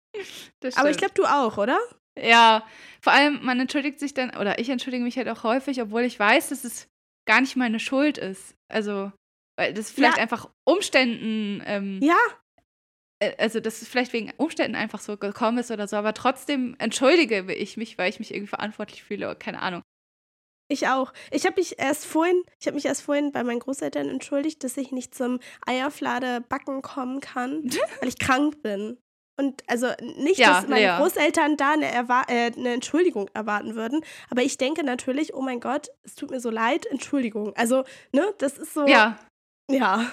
Speaker 2: Das
Speaker 1: Aber ich
Speaker 2: stimmt.
Speaker 1: glaube, du auch, oder?
Speaker 2: Ja, vor allem, man entschuldigt sich dann, oder ich entschuldige mich halt auch häufig, obwohl ich weiß, dass es gar nicht meine Schuld ist. Also, weil das vielleicht
Speaker 1: Ja.
Speaker 2: einfach Umständen, ähm,
Speaker 1: Ja,
Speaker 2: äh, also dass es vielleicht wegen Umständen einfach so gekommen ist oder so, aber trotzdem entschuldige ich mich, weil ich mich irgendwie verantwortlich fühle, oder keine Ahnung.
Speaker 1: ich auch. Ich habe mich erst vorhin, ich habe mich erst vorhin bei meinen Großeltern entschuldigt, dass ich nicht zum Eierflade backen kommen kann, weil ich krank bin. Und also nicht,
Speaker 2: Ja,
Speaker 1: dass meine
Speaker 2: Lea.
Speaker 1: Großeltern da eine, Erwa- äh, eine Entschuldigung erwarten würden, aber ich denke natürlich, oh mein Gott, es tut mir so leid, Entschuldigung. Also, ne, das ist so,
Speaker 2: Ja,
Speaker 1: ja.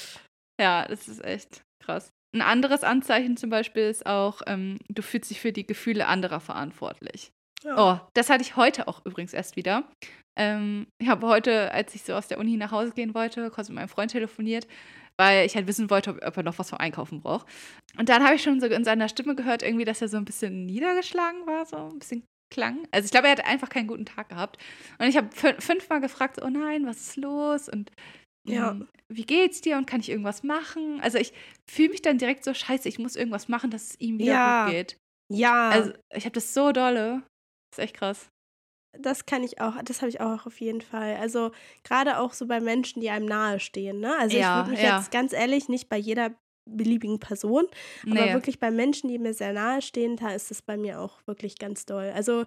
Speaker 2: ja, das ist echt krass. Ein anderes Anzeichen zum Beispiel ist auch, ähm, du fühlst dich für die Gefühle anderer verantwortlich.
Speaker 1: Ja.
Speaker 2: Oh, das hatte ich heute auch übrigens erst wieder. Ähm, ich habe heute, als ich so aus der Uni nach Hause gehen wollte, kurz mit meinem Freund telefoniert, weil ich halt wissen wollte, ob, ob er noch was vom Einkaufen braucht. Und dann habe ich schon so in seiner Stimme gehört, irgendwie, dass er so ein bisschen niedergeschlagen war, so ein bisschen klang. Also ich glaube, er hat einfach keinen guten Tag gehabt. Und ich habe fün- fünfmal gefragt, so, oh nein, was ist los? Und
Speaker 1: Ja.
Speaker 2: mh, wie geht's dir? Und kann ich irgendwas machen? Also ich fühle mich dann direkt so, scheiße, ich muss irgendwas machen, dass es ihm wieder
Speaker 1: Ja.
Speaker 2: gut geht.
Speaker 1: Ja,
Speaker 2: Also ich habe das so dolle. Das ist echt krass.
Speaker 1: das kann ich auch, das habe ich auch auf jeden Fall. Also gerade auch so bei Menschen, die einem nahestehen, ne? Also ich
Speaker 2: Ja,
Speaker 1: würde mich
Speaker 2: ja.
Speaker 1: jetzt ganz ehrlich nicht bei jeder beliebigen Person, aber
Speaker 2: Nee.
Speaker 1: wirklich bei Menschen, die mir sehr nahe stehen, da ist es bei mir auch wirklich ganz doll. Also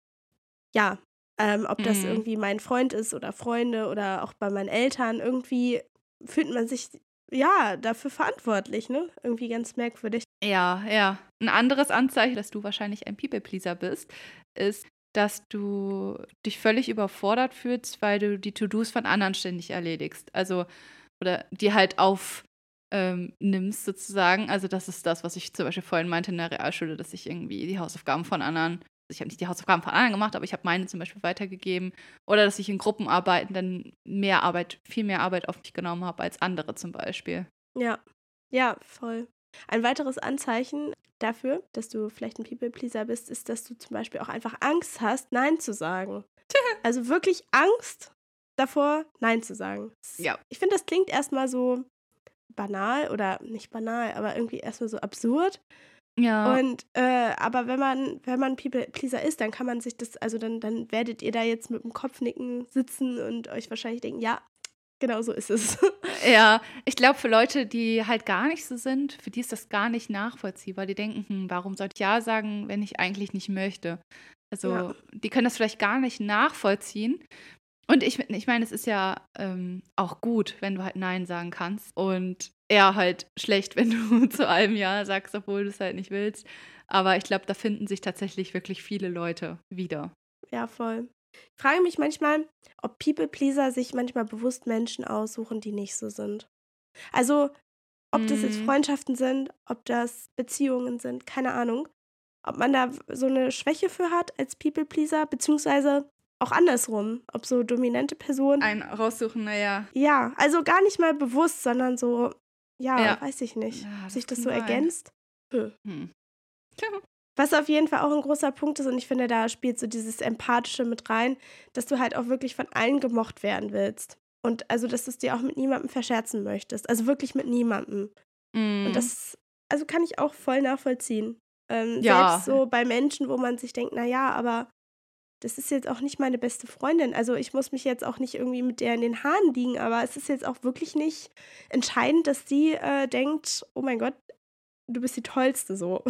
Speaker 1: ja, ähm, ob das
Speaker 2: Mhm.
Speaker 1: irgendwie mein Freund ist oder Freunde oder auch bei meinen Eltern, irgendwie fühlt man sich ja dafür verantwortlich, ne? Irgendwie ganz merkwürdig.
Speaker 2: Ja, ja. Ein anderes Anzeichen, dass du wahrscheinlich ein People-Pleaser bist, ist, dass du dich völlig überfordert fühlst, weil du die To-Dos von anderen ständig erledigst. Also, oder die halt auf ähm, nimmst sozusagen. Also das ist das, was ich zum Beispiel vorhin meinte in der Realschule, dass ich irgendwie die Hausaufgaben von anderen, also ich habe nicht die Hausaufgaben von anderen gemacht, aber ich habe meine zum Beispiel weitergegeben. Oder dass ich in Gruppenarbeiten dann mehr Arbeit, viel mehr Arbeit auf mich genommen habe als andere zum Beispiel.
Speaker 1: Ja, ja, voll. Ein weiteres Anzeichen dafür, dass du vielleicht ein People-Pleaser bist, ist, dass du zum Beispiel auch einfach Angst hast, Nein zu sagen. Also wirklich Angst davor, Nein zu sagen.
Speaker 2: Ja.
Speaker 1: Ich finde, das klingt erstmal so banal oder nicht banal, aber irgendwie erstmal so absurd.
Speaker 2: Ja.
Speaker 1: Und äh, aber wenn man, wenn man People-Pleaser ist, dann kann man sich das, also dann, dann werdet ihr da jetzt mit dem Kopfnicken sitzen und euch wahrscheinlich denken, ja, genau so ist es.
Speaker 2: Ja, ich glaube, für Leute, die halt gar nicht so sind, für die ist das gar nicht nachvollziehbar. Die denken, hm, warum soll ich Ja sagen, wenn ich eigentlich nicht möchte? Also
Speaker 1: Ja.
Speaker 2: die können das vielleicht gar nicht nachvollziehen. Und ich, ich meine, es ist ja ähm, auch gut, wenn du halt Nein sagen kannst. Und eher halt schlecht, wenn du zu allem Ja sagst, obwohl du es halt nicht willst. Aber ich glaube, da finden sich tatsächlich wirklich viele Leute wieder.
Speaker 1: Ja, voll. Ich frage mich manchmal, ob People-Pleaser sich manchmal bewusst Menschen aussuchen, die nicht so sind. Also, ob das jetzt
Speaker 2: Mm,
Speaker 1: Freundschaften sind, ob das Beziehungen sind, keine Ahnung. Ob man da so eine Schwäche für hat als People-Pleaser, beziehungsweise auch andersrum. Ob so dominante Personen,
Speaker 2: ein raussuchen, naja.
Speaker 1: ja, also gar nicht mal bewusst, sondern so, ja,
Speaker 2: Ja,
Speaker 1: weiß ich nicht,
Speaker 2: ja,
Speaker 1: ob
Speaker 2: das
Speaker 1: sich das
Speaker 2: kann
Speaker 1: so
Speaker 2: sein.
Speaker 1: ergänzt. Hm.
Speaker 2: Hm.
Speaker 1: Was auf jeden Fall auch ein großer Punkt ist und ich finde, da spielt so dieses Empathische mit rein, dass du halt auch wirklich von allen gemocht werden willst. Und also, dass du es dir auch mit niemandem verscherzen möchtest. Also wirklich mit niemandem. Und
Speaker 2: Mm,
Speaker 1: das, also kann ich auch voll nachvollziehen. Ähm, selbst
Speaker 2: ja,
Speaker 1: so bei Menschen, wo man sich denkt, na ja, aber das ist jetzt auch nicht meine beste Freundin. Also ich muss mich jetzt auch nicht irgendwie mit der in den Haaren liegen, aber es ist jetzt auch wirklich nicht entscheidend, dass die äh, denkt, oh mein Gott, du bist die Tollste so.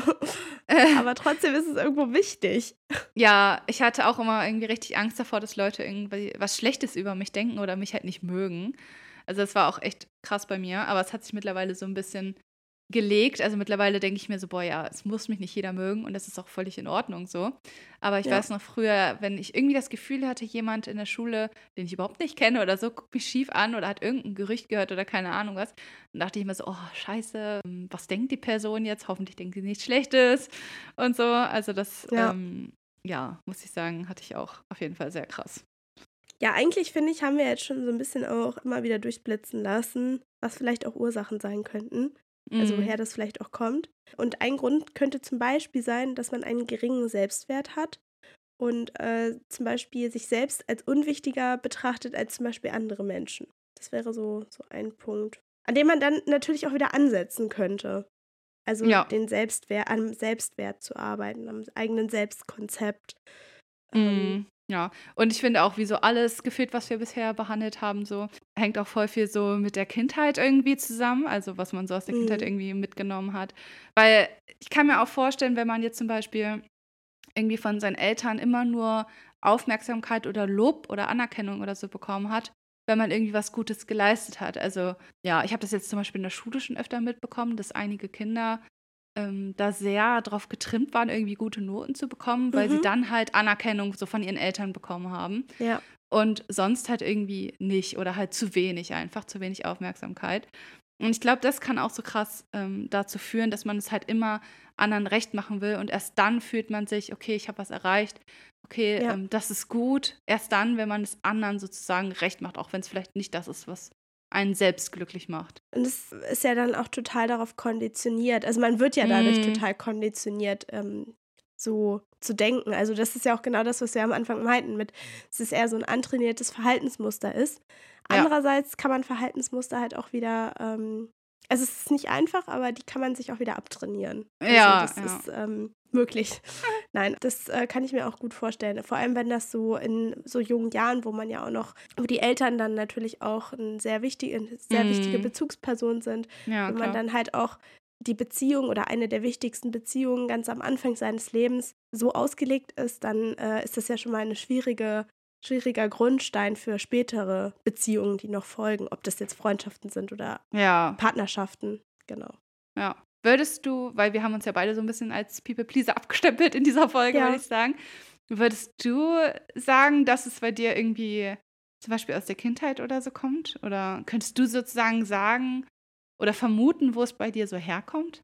Speaker 1: Aber trotzdem ist es irgendwo wichtig.
Speaker 2: ja, ich hatte auch immer irgendwie richtig Angst davor, dass Leute irgendwie was Schlechtes über mich denken oder mich halt nicht mögen. Also das war auch echt krass bei mir, aber es hat sich mittlerweile so ein bisschen gelegt. Also mittlerweile denke ich mir so, boah, ja, es muss mich nicht jeder mögen und das ist auch völlig in Ordnung so. Aber ich
Speaker 1: Ja.
Speaker 2: weiß noch früher, wenn ich irgendwie das Gefühl hatte, jemand in der Schule, den ich überhaupt nicht kenne oder so, guckt mich schief an oder hat irgendein Gerücht gehört oder keine Ahnung was, dann dachte ich mir so, oh, scheiße, ähm, was denkt die Person jetzt? Hoffentlich denkt sie nichts Schlechtes und so. Also das,
Speaker 1: Ja.
Speaker 2: ähm, ja, muss ich sagen, hatte ich auch auf jeden Fall sehr krass.
Speaker 1: Ja, eigentlich finde ich, haben wir jetzt schon so ein bisschen auch immer wieder durchblitzen lassen, was vielleicht auch Ursachen sein könnten. Also
Speaker 2: Mm,
Speaker 1: woher das vielleicht auch kommt. Und ein Grund könnte zum Beispiel sein, dass man einen geringen Selbstwert hat und äh, zum Beispiel sich selbst als unwichtiger betrachtet als zum Beispiel andere Menschen. Das wäre so, so ein Punkt, an dem man dann natürlich auch wieder ansetzen könnte. Also
Speaker 2: ja.
Speaker 1: den Selbstwert, am Selbstwert zu arbeiten, am eigenen Selbstkonzept. Ähm,
Speaker 2: Mm, ja, und ich finde auch, wie so alles gefühlt, was wir bisher behandelt haben, so hängt auch voll viel so mit der Kindheit irgendwie zusammen, also was man so aus der Kindheit
Speaker 1: mm,
Speaker 2: irgendwie mitgenommen hat. Weil ich kann mir auch vorstellen, wenn man jetzt zum Beispiel irgendwie von seinen Eltern immer nur Aufmerksamkeit oder Lob oder Anerkennung oder so bekommen hat, wenn man irgendwie was Gutes geleistet hat. Also ja, ich habe das jetzt zum Beispiel in der Schule schon öfter mitbekommen, dass einige Kinder ähm, da sehr drauf getrimmt waren, irgendwie gute Noten zu bekommen, weil sie
Speaker 1: mhm,
Speaker 2: dann halt Anerkennung so von ihren Eltern bekommen haben.
Speaker 1: ja.
Speaker 2: Und sonst halt irgendwie nicht oder halt zu wenig einfach, zu wenig Aufmerksamkeit. Und ich glaube, das kann auch so krass ähm, dazu führen, dass man es halt immer anderen recht machen will und erst dann fühlt man sich, okay, ich habe was erreicht, okay,
Speaker 1: Ja,
Speaker 2: ähm, das ist gut. Erst dann, wenn man es anderen sozusagen recht macht, auch wenn es vielleicht nicht das ist, was einen selbst glücklich macht.
Speaker 1: und es ist ja dann auch total darauf konditioniert. Also man wird ja dadurch
Speaker 2: Mm,
Speaker 1: total konditioniert, ähm, so zu denken. Also das ist ja auch genau das, was wir am Anfang meinten, mit, dass es eher so ein antrainiertes Verhaltensmuster ist.
Speaker 2: ja,
Speaker 1: Andererseits kann man Verhaltensmuster halt auch wieder, ähm, also es ist nicht einfach, aber die kann man sich auch wieder abtrainieren. Also
Speaker 2: ja,
Speaker 1: das
Speaker 2: ja.
Speaker 1: ist ähm, möglich. Nein, das äh, kann ich mir auch gut vorstellen. Vor allem, wenn das so in so jungen Jahren, wo man ja auch noch, wo die Eltern dann natürlich auch ein sehr wichtige, eine sehr wichtige
Speaker 2: Mm,
Speaker 1: Bezugsperson sind,
Speaker 2: ja,
Speaker 1: wenn man
Speaker 2: klar.
Speaker 1: dann halt auch die Beziehung oder eine der wichtigsten Beziehungen ganz am Anfang seines Lebens so ausgelegt ist, dann äh, ist das ja schon mal eine schwierige, schwieriger Grundstein für spätere Beziehungen, die noch folgen, ob das jetzt Freundschaften sind oder
Speaker 2: Ja,
Speaker 1: Partnerschaften. Genau.
Speaker 2: ja. Würdest du, weil wir haben uns ja beide so ein bisschen als People-Pleaser abgestempelt in dieser Folge, würde
Speaker 1: Ja.
Speaker 2: ich sagen. Würdest du sagen, dass es bei dir irgendwie zum Beispiel aus der Kindheit oder so kommt? Oder könntest du sozusagen sagen oder vermuten, wo es bei dir so herkommt?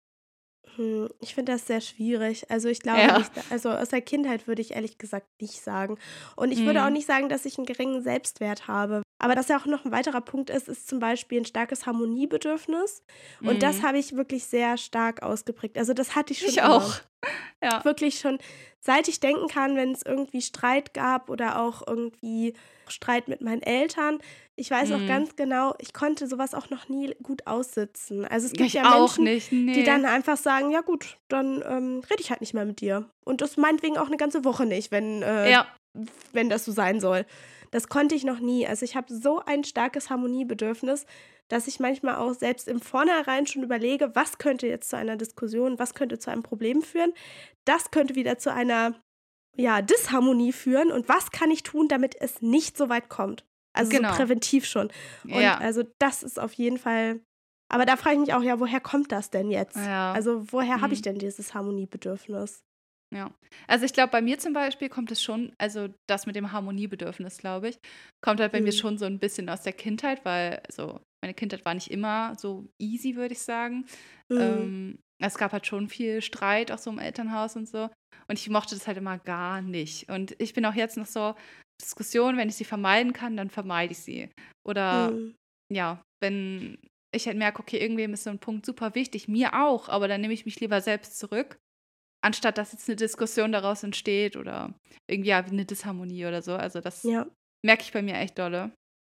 Speaker 1: Hm, ich finde das sehr schwierig. Also, ich glaube
Speaker 2: Ja.
Speaker 1: nicht, also, aus der Kindheit würde ich ehrlich gesagt nicht sagen. Und ich würde auch
Speaker 2: Mhm.
Speaker 1: nicht sagen, dass ich einen geringen Selbstwert habe. Aber was ja auch noch ein weiterer Punkt ist, ist zum Beispiel ein starkes Harmoniebedürfnis. Und das
Speaker 2: Mhm.
Speaker 1: habe ich wirklich sehr stark ausgeprägt. Also, das hatte ich schon
Speaker 2: Ich
Speaker 1: immer.
Speaker 2: auch. Ja.
Speaker 1: Wirklich schon, seit ich denken kann, wenn es irgendwie Streit gab oder auch irgendwie Streit mit meinen Eltern. Ich weiß auch
Speaker 2: Mhm.
Speaker 1: ganz genau, ich konnte sowas auch noch nie gut aussitzen. Also, es
Speaker 2: Ja,
Speaker 1: gibt
Speaker 2: ich
Speaker 1: ja
Speaker 2: auch
Speaker 1: Menschen,
Speaker 2: nicht,
Speaker 1: die
Speaker 2: ne.
Speaker 1: dann einfach sagen: „Ja gut, dann, ähm, rede ich halt nicht mehr mit dir.“ Und das meinetwegen auch eine ganze Woche nicht, wenn äh,
Speaker 2: Ja.
Speaker 1: wenn das so sein soll. Das konnte ich noch nie. Also, ich habe so ein starkes Harmoniebedürfnis, dass ich manchmal auch selbst im Vornherein schon überlege: „Was könnte jetzt zu einer Diskussion, was könnte zu einem Problem führen? Das könnte wieder zu einer ja, Disharmonie führen und was kann ich tun, damit es nicht so weit kommt. Also
Speaker 2: Genau.
Speaker 1: so präventiv schon. Und
Speaker 2: Ja.
Speaker 1: also das ist auf jeden Fall, aber da frage ich mich auch, ja, woher kommt das denn jetzt?
Speaker 2: Ja.
Speaker 1: Also woher habe ich
Speaker 2: Mhm.
Speaker 1: denn dieses Harmoniebedürfnis?
Speaker 2: Ja. Also ich glaube, bei mir zum Beispiel kommt es schon, also das mit dem Harmoniebedürfnis, glaube ich, kommt halt bei mir
Speaker 1: Mhm.
Speaker 2: schon so ein bisschen aus der Kindheit, weil also meine Kindheit war nicht immer so easy, würde ich sagen.
Speaker 1: Mhm.
Speaker 2: Ähm, es gab halt schon viel Streit, auch so im Elternhaus und so. Und ich mochte das halt immer gar nicht. Und ich bin auch jetzt noch so, Diskussionen, wenn ich sie vermeiden kann, dann vermeide ich sie. Oder
Speaker 1: Mhm.
Speaker 2: ja, wenn ich halt merke, okay, irgendwem ist so ein Punkt super wichtig, mir auch, aber dann nehme ich mich lieber selbst zurück, anstatt dass jetzt eine Diskussion daraus entsteht oder irgendwie ja, wie eine Disharmonie oder so. Also das
Speaker 1: Ja,
Speaker 2: merke ich bei mir echt dolle.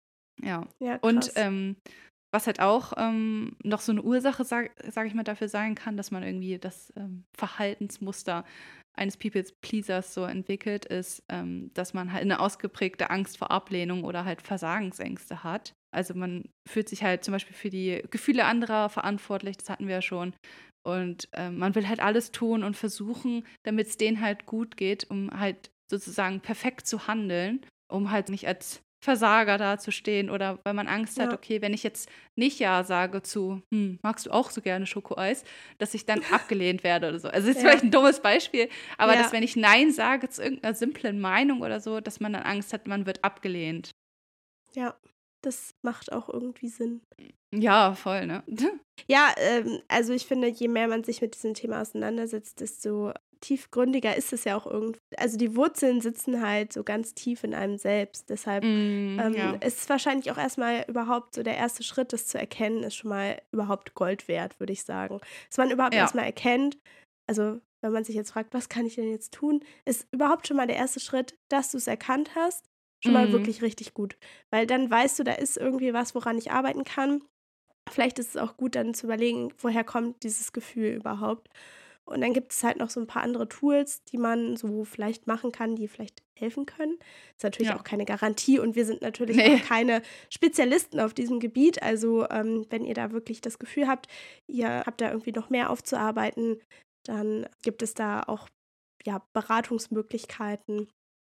Speaker 2: Ja.
Speaker 1: ja,
Speaker 2: Und
Speaker 1: krass.
Speaker 2: ähm, was halt auch ähm, noch so eine Ursache, sage sag ich mal, dafür sein kann, dass man irgendwie das ähm, Verhaltensmuster eines People-Pleasers so entwickelt, ist, ähm, dass man halt eine ausgeprägte Angst vor Ablehnung oder halt Versagensängste hat. Also man fühlt sich halt zum Beispiel für die Gefühle anderer verantwortlich, das hatten wir ja schon. Und ähm, man will halt alles tun und versuchen, damit es denen halt gut geht, um halt sozusagen perfekt zu handeln, um halt nicht als Versager dazustehen oder weil man Angst hat,
Speaker 1: Ja.
Speaker 2: okay, wenn ich jetzt nicht Ja sage zu, hm, magst du auch so gerne Schokoeis, dass ich dann abgelehnt werde oder so. Also das ist
Speaker 1: Ja.
Speaker 2: vielleicht ein dummes Beispiel, aber
Speaker 1: Ja.
Speaker 2: dass wenn ich Nein sage zu irgendeiner simplen Meinung oder so, dass man dann Angst hat, man wird abgelehnt.
Speaker 1: Ja, das macht auch irgendwie Sinn.
Speaker 2: Ja, voll, ne?
Speaker 1: Ja, ähm, also ich finde, je mehr man sich mit diesem Thema auseinandersetzt, desto tiefgründiger ist es ja auch irgendwie. Also die Wurzeln sitzen halt so ganz tief in einem selbst. Deshalb
Speaker 2: Mm,
Speaker 1: ähm,
Speaker 2: ja.
Speaker 1: ist es wahrscheinlich auch erstmal überhaupt so der erste Schritt, das zu erkennen, ist schon mal überhaupt Gold wert, würde ich sagen. Dass man überhaupt
Speaker 2: Ja.
Speaker 1: erstmal erkennt, also wenn man sich jetzt fragt, was kann ich denn jetzt tun, ist überhaupt schon mal der erste Schritt, dass du es erkannt hast, schon mal
Speaker 2: Mm,
Speaker 1: wirklich richtig gut. Weil dann weißt du, da ist irgendwie was, woran ich arbeiten kann. Vielleicht ist es auch gut, dann zu überlegen, woher kommt dieses Gefühl überhaupt. Und dann gibt es halt noch so ein paar andere Tools, die man so vielleicht machen kann, die vielleicht helfen können. Ist natürlich
Speaker 2: ja.
Speaker 1: auch keine Garantie und wir sind natürlich
Speaker 2: Nee.
Speaker 1: auch keine Spezialisten auf diesem Gebiet. Also ähm, wenn ihr da wirklich das Gefühl habt, ihr habt da irgendwie noch mehr aufzuarbeiten, dann gibt es da auch ja, Beratungsmöglichkeiten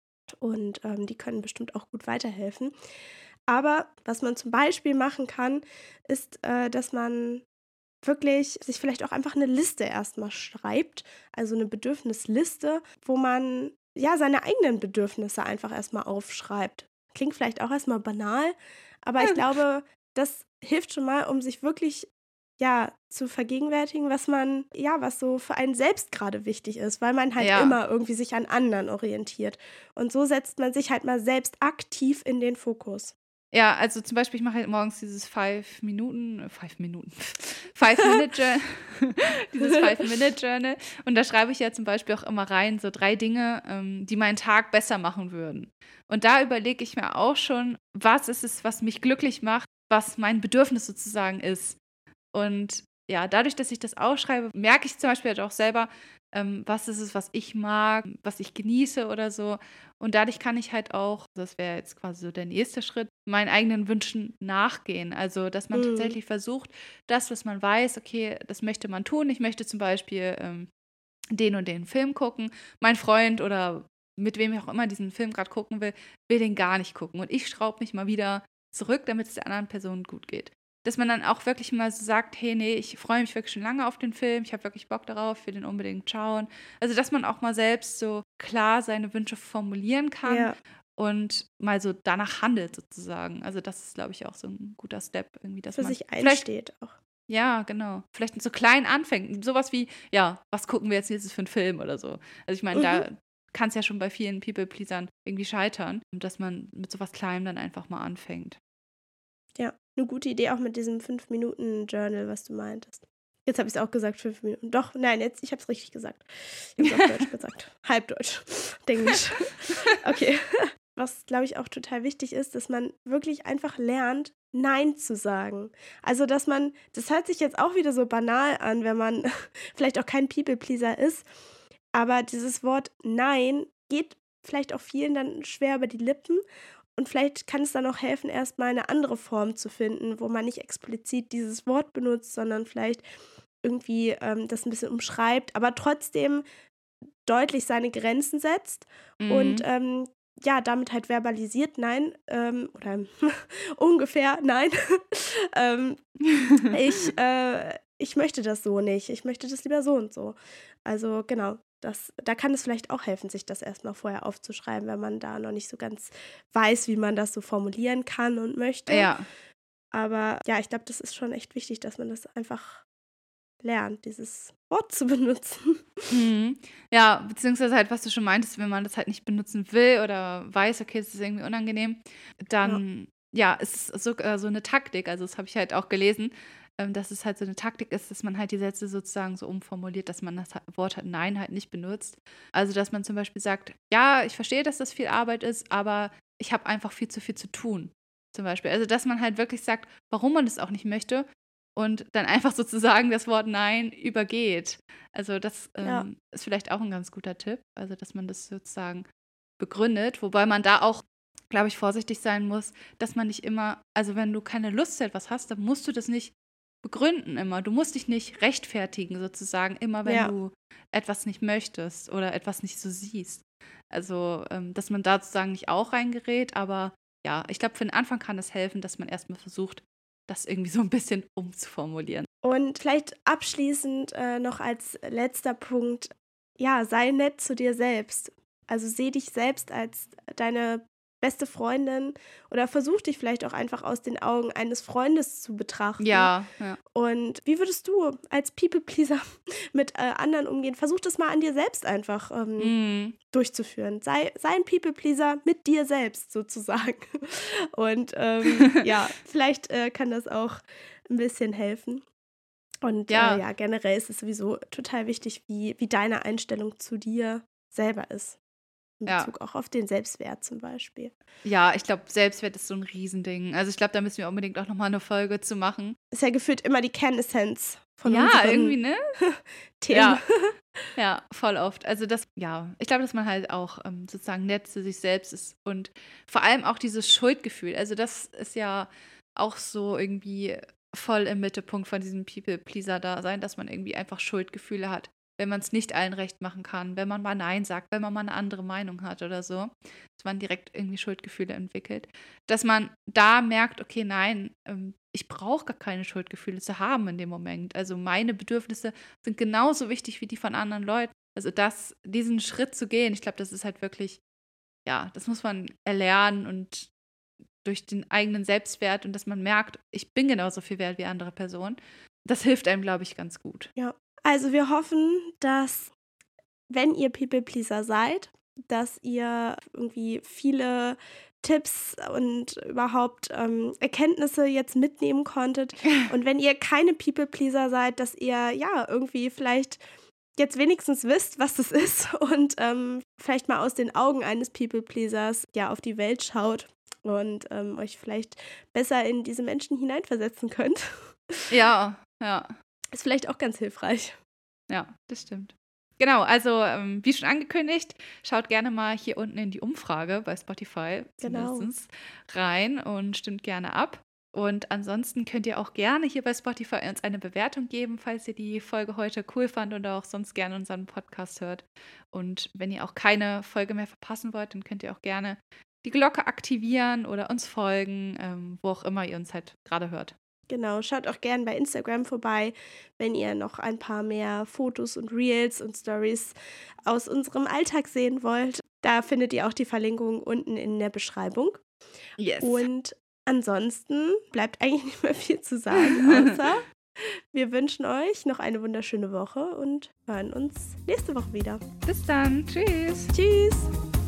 Speaker 1: und ähm, die können bestimmt auch gut weiterhelfen. Aber was man zum Beispiel machen kann, ist, äh, dass man wirklich sich vielleicht auch einfach eine Liste erstmal schreibt, also eine Bedürfnisliste, wo man, ja, seine eigenen Bedürfnisse einfach erstmal aufschreibt. Klingt vielleicht auch erstmal banal, aber ich glaube, das hilft schon mal, um sich wirklich, ja, zu vergegenwärtigen, was man ja, was so für einen selbst gerade wichtig ist, weil man halt
Speaker 2: Ja.
Speaker 1: immer irgendwie sich an anderen orientiert. Und so setzt man sich halt mal selbst aktiv in den Fokus.
Speaker 2: Ja, also zum Beispiel, ich mache halt morgens dieses Five Minuten, äh, Five Minuten, Five Minute Journal, dieses Five Minute Journal. Und da schreibe ich ja zum Beispiel auch immer rein, so drei Dinge, ähm, die meinen Tag besser machen würden. Und da überlege ich mir auch schon, was ist es, was mich glücklich macht, was mein Bedürfnis sozusagen ist. Und ja, dadurch, dass ich das aufschreibe, merke ich zum Beispiel halt auch selber, ähm, was ist es, was ich mag, was ich genieße oder so. Und dadurch kann ich halt auch, das wäre jetzt quasi so der nächste Schritt, meinen eigenen Wünschen nachgehen. Also, dass man
Speaker 1: Mhm.
Speaker 2: tatsächlich versucht, das, was man weiß, okay, das möchte man tun. Ich möchte zum Beispiel ähm, den und den Film gucken. Mein Freund oder mit wem ich auch immer diesen Film gerade gucken will, will den gar nicht gucken. Und ich schraube mich mal wieder zurück, damit es der anderen Person gut geht. Dass man dann auch wirklich mal so sagt, hey, nee, ich freue mich wirklich schon lange auf den Film, ich habe wirklich Bock darauf, will den unbedingt schauen. Also, dass man auch mal selbst so klar seine Wünsche formulieren kann
Speaker 1: Ja,
Speaker 2: und mal so danach handelt sozusagen. Also, das ist, glaube ich, auch so ein guter Step irgendwie, dass
Speaker 1: für
Speaker 2: man
Speaker 1: sich
Speaker 2: vielleicht,
Speaker 1: einsteht auch.
Speaker 2: ja, genau, vielleicht so klein anfängt. Sowas wie, ja, was gucken wir jetzt nächstes für einen Film oder so. Also, ich meine,
Speaker 1: Mhm.
Speaker 2: da kann es ja schon bei vielen People-Pleasern irgendwie scheitern, dass man mit sowas Kleinem dann einfach mal anfängt.
Speaker 1: Ja, eine gute Idee auch mit diesem fünf Minuten Journal, was du meintest. Jetzt habe ich es auch gesagt, fünf Minuten. Doch, nein, jetzt ich habe es richtig gesagt. Ich habe es auf Deutsch gesagt. Halbdeutsch. Englisch. Okay. Was, glaube ich, auch total wichtig ist, dass man wirklich einfach lernt, Nein zu sagen. Also, dass man das hört sich jetzt auch wieder so banal an, wenn man vielleicht auch kein People-Pleaser ist, aber dieses Wort Nein geht vielleicht auch vielen dann schwer über die Lippen und vielleicht kann es dann auch helfen, erst mal 'ne andere Form zu finden, wo man nicht explizit dieses Wort benutzt, sondern vielleicht irgendwie, ähm, das 'n bisschen umschreibt, aber trotzdem deutlich seine Grenzen setzt
Speaker 2: Mhm.
Speaker 1: und ähm, ja, damit halt verbalisiert, nein, ähm, oder ungefähr, nein, ähm, ich, äh, ich möchte das so nicht, ich möchte das lieber so und so. Also genau, das, da kann es vielleicht auch helfen, sich das erstmal vorher aufzuschreiben, wenn man da noch nicht so ganz weiß, wie man das so formulieren kann und möchte.
Speaker 2: Ja.
Speaker 1: Aber ja, ich glaube, das ist schon echt wichtig, dass man das einfach lernt, dieses Wort zu benutzen.
Speaker 2: Mhm. Ja, beziehungsweise halt, was du schon meintest, wenn man das halt nicht benutzen will oder weiß, okay, es ist irgendwie unangenehm,
Speaker 1: Ja,
Speaker 2: dann, ja, ist es sogar so eine Taktik, also das habe ich halt auch gelesen, ähm, dass es halt so eine Taktik ist, dass man halt die Sätze sozusagen so umformuliert, dass man das halt- Wort halt Nein halt nicht benutzt. Also, dass man zum Beispiel sagt, ja, ich verstehe, dass das viel Arbeit ist, aber ich habe einfach viel zu viel zu tun, zum Beispiel. Also, dass man halt wirklich sagt, warum man es auch nicht möchte und dann einfach sozusagen das Wort Nein übergeht. Also das
Speaker 1: ja,
Speaker 2: ähm, ist vielleicht auch ein ganz guter Tipp, also dass man das sozusagen begründet, wobei man da auch, glaube ich, vorsichtig sein muss, dass man nicht immer, also wenn du keine Lust zu etwas hast, dann musst du das nicht begründen immer. Du musst dich nicht rechtfertigen sozusagen, immer wenn
Speaker 1: ja.
Speaker 2: du etwas nicht möchtest oder etwas nicht so siehst. Also, ähm, dass man da sozusagen nicht auch reingerät, aber ja, ich glaube, für den Anfang kann es helfen, dass man erstmal versucht, das irgendwie so ein bisschen umzuformulieren.
Speaker 1: Und vielleicht abschließend äh, noch als letzter Punkt, ja, sei nett zu dir selbst. Also seh dich selbst als deine beste Freundin oder versuch dich vielleicht auch einfach aus den Augen eines Freundes zu betrachten.
Speaker 2: Ja, ja.
Speaker 1: Und wie würdest du als People-Pleaser mit äh, anderen umgehen? Versuch das mal an dir selbst einfach ähm,
Speaker 2: Mhm.
Speaker 1: durchzuführen. Sei, sei ein People-Pleaser mit dir selbst sozusagen. Und ähm, ja, vielleicht äh, kann das auch ein bisschen helfen. Und äh,
Speaker 2: Ja,
Speaker 1: ja, generell ist es sowieso total wichtig, wie, wie deine Einstellung zu dir selber ist. In
Speaker 2: ja.
Speaker 1: Bezug auch auf den Selbstwert zum Beispiel.
Speaker 2: Ja, ich glaube, Selbstwert ist so ein Riesending. Also, ich glaube, da müssen wir unbedingt auch noch mal 'ne Folge zu machen.
Speaker 1: Ist ja gefühlt immer die Kernessenz von
Speaker 2: Ja, irgendwie,
Speaker 1: unseren
Speaker 2: ne?
Speaker 1: Themen.
Speaker 2: Ja, ja, voll oft. Also, das ja, ich glaube, dass man halt auch, ähm, sozusagen nett zu sich selbst ist und vor allem auch dieses Schuldgefühl. Also, das ist ja auch so irgendwie voll im Mittelpunkt von diesem People-Pleaser-Dasein, dass man irgendwie einfach Schuldgefühle hat, wenn man es nicht allen recht machen kann, wenn man mal Nein sagt, wenn man mal eine andere Meinung hat oder so, dass man direkt irgendwie Schuldgefühle entwickelt. Dass man da merkt, okay, nein, ähm, ich brauche gar keine Schuldgefühle zu haben in dem Moment. Also meine Bedürfnisse sind genauso wichtig wie die von anderen Leuten. Also das, diesen Schritt zu gehen, ich glaube, das ist halt wirklich, ja, das muss man erlernen und durch den eigenen Selbstwert und dass man merkt, ich bin genauso viel wert wie andere Personen. Das hilft einem, glaube ich, ganz gut.
Speaker 1: Ja, also wir hoffen, dass, wenn ihr People-Pleaser seid, dass ihr irgendwie viele Tipps und überhaupt ähm, Erkenntnisse jetzt mitnehmen konntet. Und wenn ihr keine People-Pleaser seid, dass ihr ja irgendwie vielleicht jetzt wenigstens wisst, was das ist und ähm, vielleicht mal aus den Augen eines People-Pleasers ja auf die Welt schaut und ähm, euch vielleicht besser in diese Menschen hineinversetzen könnt.
Speaker 2: Ja, ja,
Speaker 1: Ist vielleicht auch ganz hilfreich.
Speaker 2: ja, das stimmt. Genau, also ähm, wie schon angekündigt, schaut gerne mal hier unten in die Umfrage bei Spotify
Speaker 1: Genau.
Speaker 2: zumindest rein und stimmt gerne ab. Und ansonsten könnt ihr auch gerne hier bei Spotify uns eine Bewertung geben, falls ihr die Folge heute cool fand oder auch sonst gerne unseren Podcast hört. Und wenn ihr auch keine Folge mehr verpassen wollt, dann könnt ihr auch gerne die Glocke aktivieren oder uns folgen, ähm, wo auch immer ihr uns halt gerade hört.
Speaker 1: Genau, schaut auch gerne bei Instagram vorbei, wenn ihr noch ein paar mehr Fotos und Reels und Stories aus unserem Alltag sehen wollt. Da findet ihr auch die Verlinkung unten in der Beschreibung.
Speaker 2: Yes.
Speaker 1: Und ansonsten bleibt eigentlich nicht mehr viel zu sagen, außer wir wünschen euch noch eine wunderschöne Woche und hören uns nächste Woche wieder.
Speaker 2: Bis dann. Tschüss.
Speaker 1: Tschüss!